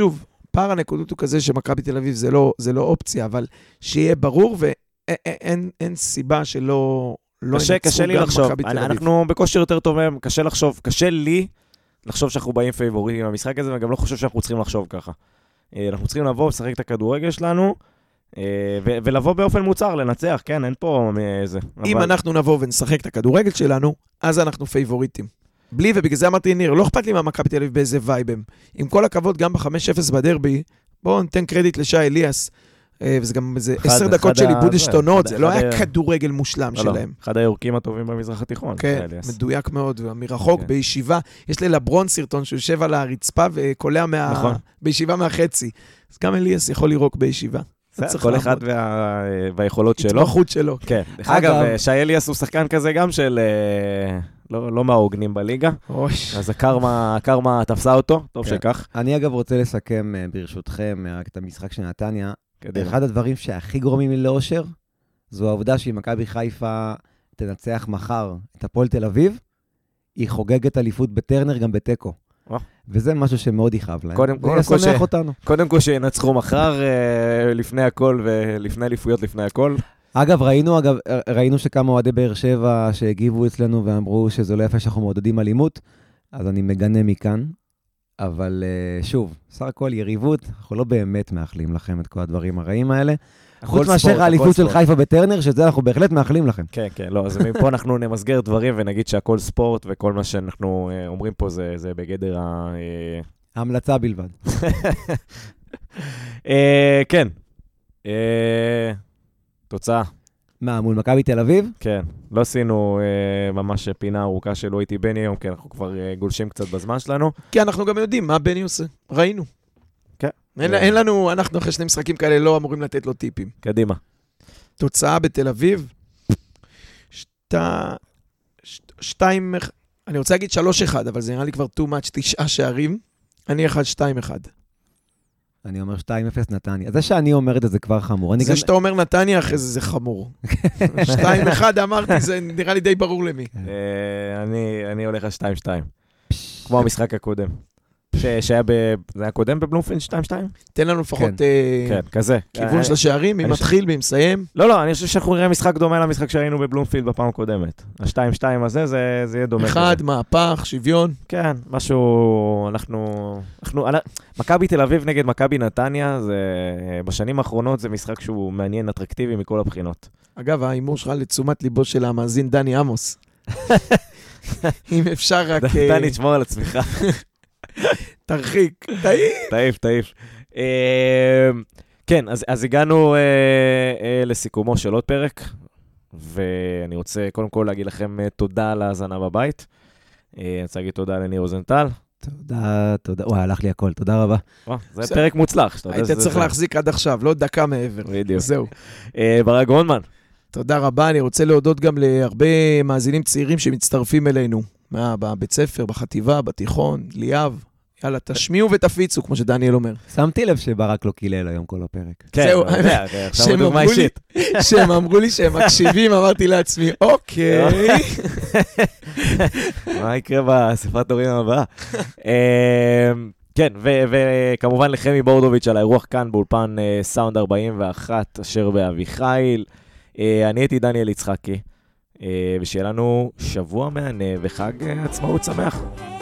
פער הנקודות הוא כזה שמכבי תל אביב זה לא, זה לא אופציה, אבל שיהיה ברור, ואין אין סיבה שלא לא קשה, קשה לי לחשוב. אנחנו בכושר יותר טוב מהם, קשה לחשוב, קשה לי לחשוב שאנחנו באים פייבוריטים במשחק הזה, וגם לא חושב שאנחנו צריכים לחשוב ככה. אנחנו צריכים לבוא, לשחק את הכדורגל שלנו, ולבוא באופן מוצר, לנצח, כן, אין פה איזה. אם אנחנו נבוא ונשחק את הכדורגל שלנו, אז אנחנו פייבוריטים. בלי, ובגלל זה אמרתי, ניר, לא אכפת לי מה מכבי תל אביב באיזה וייבם. עם כל הכבוד, גם ב-חמש אפס בדרבי, בואו ניתן קרדיט לשי אליאס, וזה גם איזה עשר דקות של איבוד השתונות, זה לא היה כדורגל מושלם שלהם. אחד היורקים הטובים במזרח התיכון. כן, מדויק מאוד, מרחוק, בישיבה, יש ללברון סרטון שהוא יושב על הרצפה וקולע בישיבה מהחצי. אז גם אליאס יכול לירוק בישיבה. כל אחד והיכולות שלו. התמחות שלו. כן. אגב, שי אליאס הוא שחקן כזה גם של לא מההוגנים בליגה. אז הקרמה תפסה אותו, טוב שכך. אני אגב רוצה לסכם ברשותכם את המשחק של נתניה. אחד הדברים שהכי גורמים לי לאושר, זו העובדה שאם מכבי חיפה תנצח מחר את הפועל תל אביב, היא חוגגת אליפות בטרנר גם בטקו. וזה משהו שמאוד יכאב להם. קודם כל, וישמח אותנו. קודם כל שינצחו מחר לפני הכל ולפני אליפויות לפני הכל. אגב, ראינו, אגב, ראינו שכמה אוהדי באר שבע שהגיבו אצלנו ואמרו שזה לא יפה שאנחנו מעודדים אלימות, אז אני מגנה מכאן. אבל שוב, סך הכל יריבות, אנחנו לא באמת מאחלים לכם את כל הדברים הרעים האלה. חוץ מאשר האליפות של חיפה בטרנר, שזה אנחנו בהחלט מאחלים לכם. כן, כן, לא, אז מפה אנחנו נמסגר דברים ונגיד שהכל ספורט, וכל מה שאנחנו אומרים פה זה, זה בגדר ה... המלצה בלבד. כן. תוצאה. מה, מול מכבי תל אביב? כן, לא עשינו אה, ממש פינה ארוכה שלא הייתי בני היום, כי אנחנו כבר אה, גולשים קצת בזמן שלנו. כי אנחנו גם יודעים מה בני עושה, ראינו. כן. אין, אין לנו, אנחנו אחרי שני משחקים כאלה לא אמורים לתת לו טיפים. קדימה. תוצאה בתל אביב, שתה, שת, שתיים, אני רוצה להגיד שלוש אחד, אבל זה נראה לי כבר too much, תשעה שערים, אני אחד שתיים אחד. אני אומר שתיים אפס נתניה. זה שאני אומר את זה, זה כבר חמור. זה שאתה אומר נתניה אחרי זה, זה חמור. שתיים אחד אמרתי, זה נראה לי די ברור למי. אני הולך על שתיים שתיים. כמו המשחק הקודם. שהיה ב... זה היה קודם בבלומפילד שתיים שתיים? תן לנו לפחות... כן, כזה. כיוון של השערים, מי מתחיל, מי מסיים. לא, לא, אני חושב שאנחנו נראה משחק דומה למשחק שהיינו בבלומפילד בפעם הקודמת. ה-שתיים שתיים הזה, זה יהיה דומה. אחד, מהפך, שוויון. כן, משהו... אנחנו... מכבי תל אביב נגד מכבי נתניה, בשנים האחרונות זה משחק שהוא מעניין, אטרקטיבי מכל הבחינות. אגב, האימור שלך לתשומת ליבו של המאזין דני עמוס. אם אפשר רק... דני, תשמור על עצמך. תרחיק, תעיף. תעיף, תעיף. כן, אז הגענו לסיכומו של עוד פרק, ואני רוצה קודם כל להגיד לכם תודה על ההאזנה בבית. אני רוצה להגיד תודה לניר רוזנטל. תודה, תודה. וואי, הלך לי הכל, תודה רבה. זה פרק מוצלח. היית צריך להחזיק עד עכשיו, לא דקה מעבר. בדיוק. זהו. ברק גרונדמן. תודה רבה, אני רוצה להודות גם להרבה מאזינים צעירים שמצטרפים אלינו. מה, בבית ספר, בחטיבה, בתיכון, ליאב. יאללה, תשמיעו ותפיצו, כמו שדניאל אומר. שמתי לב שברק לא קילל היום כל הפרק. זהו, שהם אמרו לי שהם מקשיבים, אמרתי לעצמי, אוקיי. מה יקרה באספת הורים הבאה? כן, וכמובן לחמי בורדוביץ' על האירוח כאן באולפן סאונד ארבעים ואחת, אשר באביחיל. אני הייתי דניאל יצחקי, ושיהיה לנו שבוע מהנה וחג עצמאות שמח.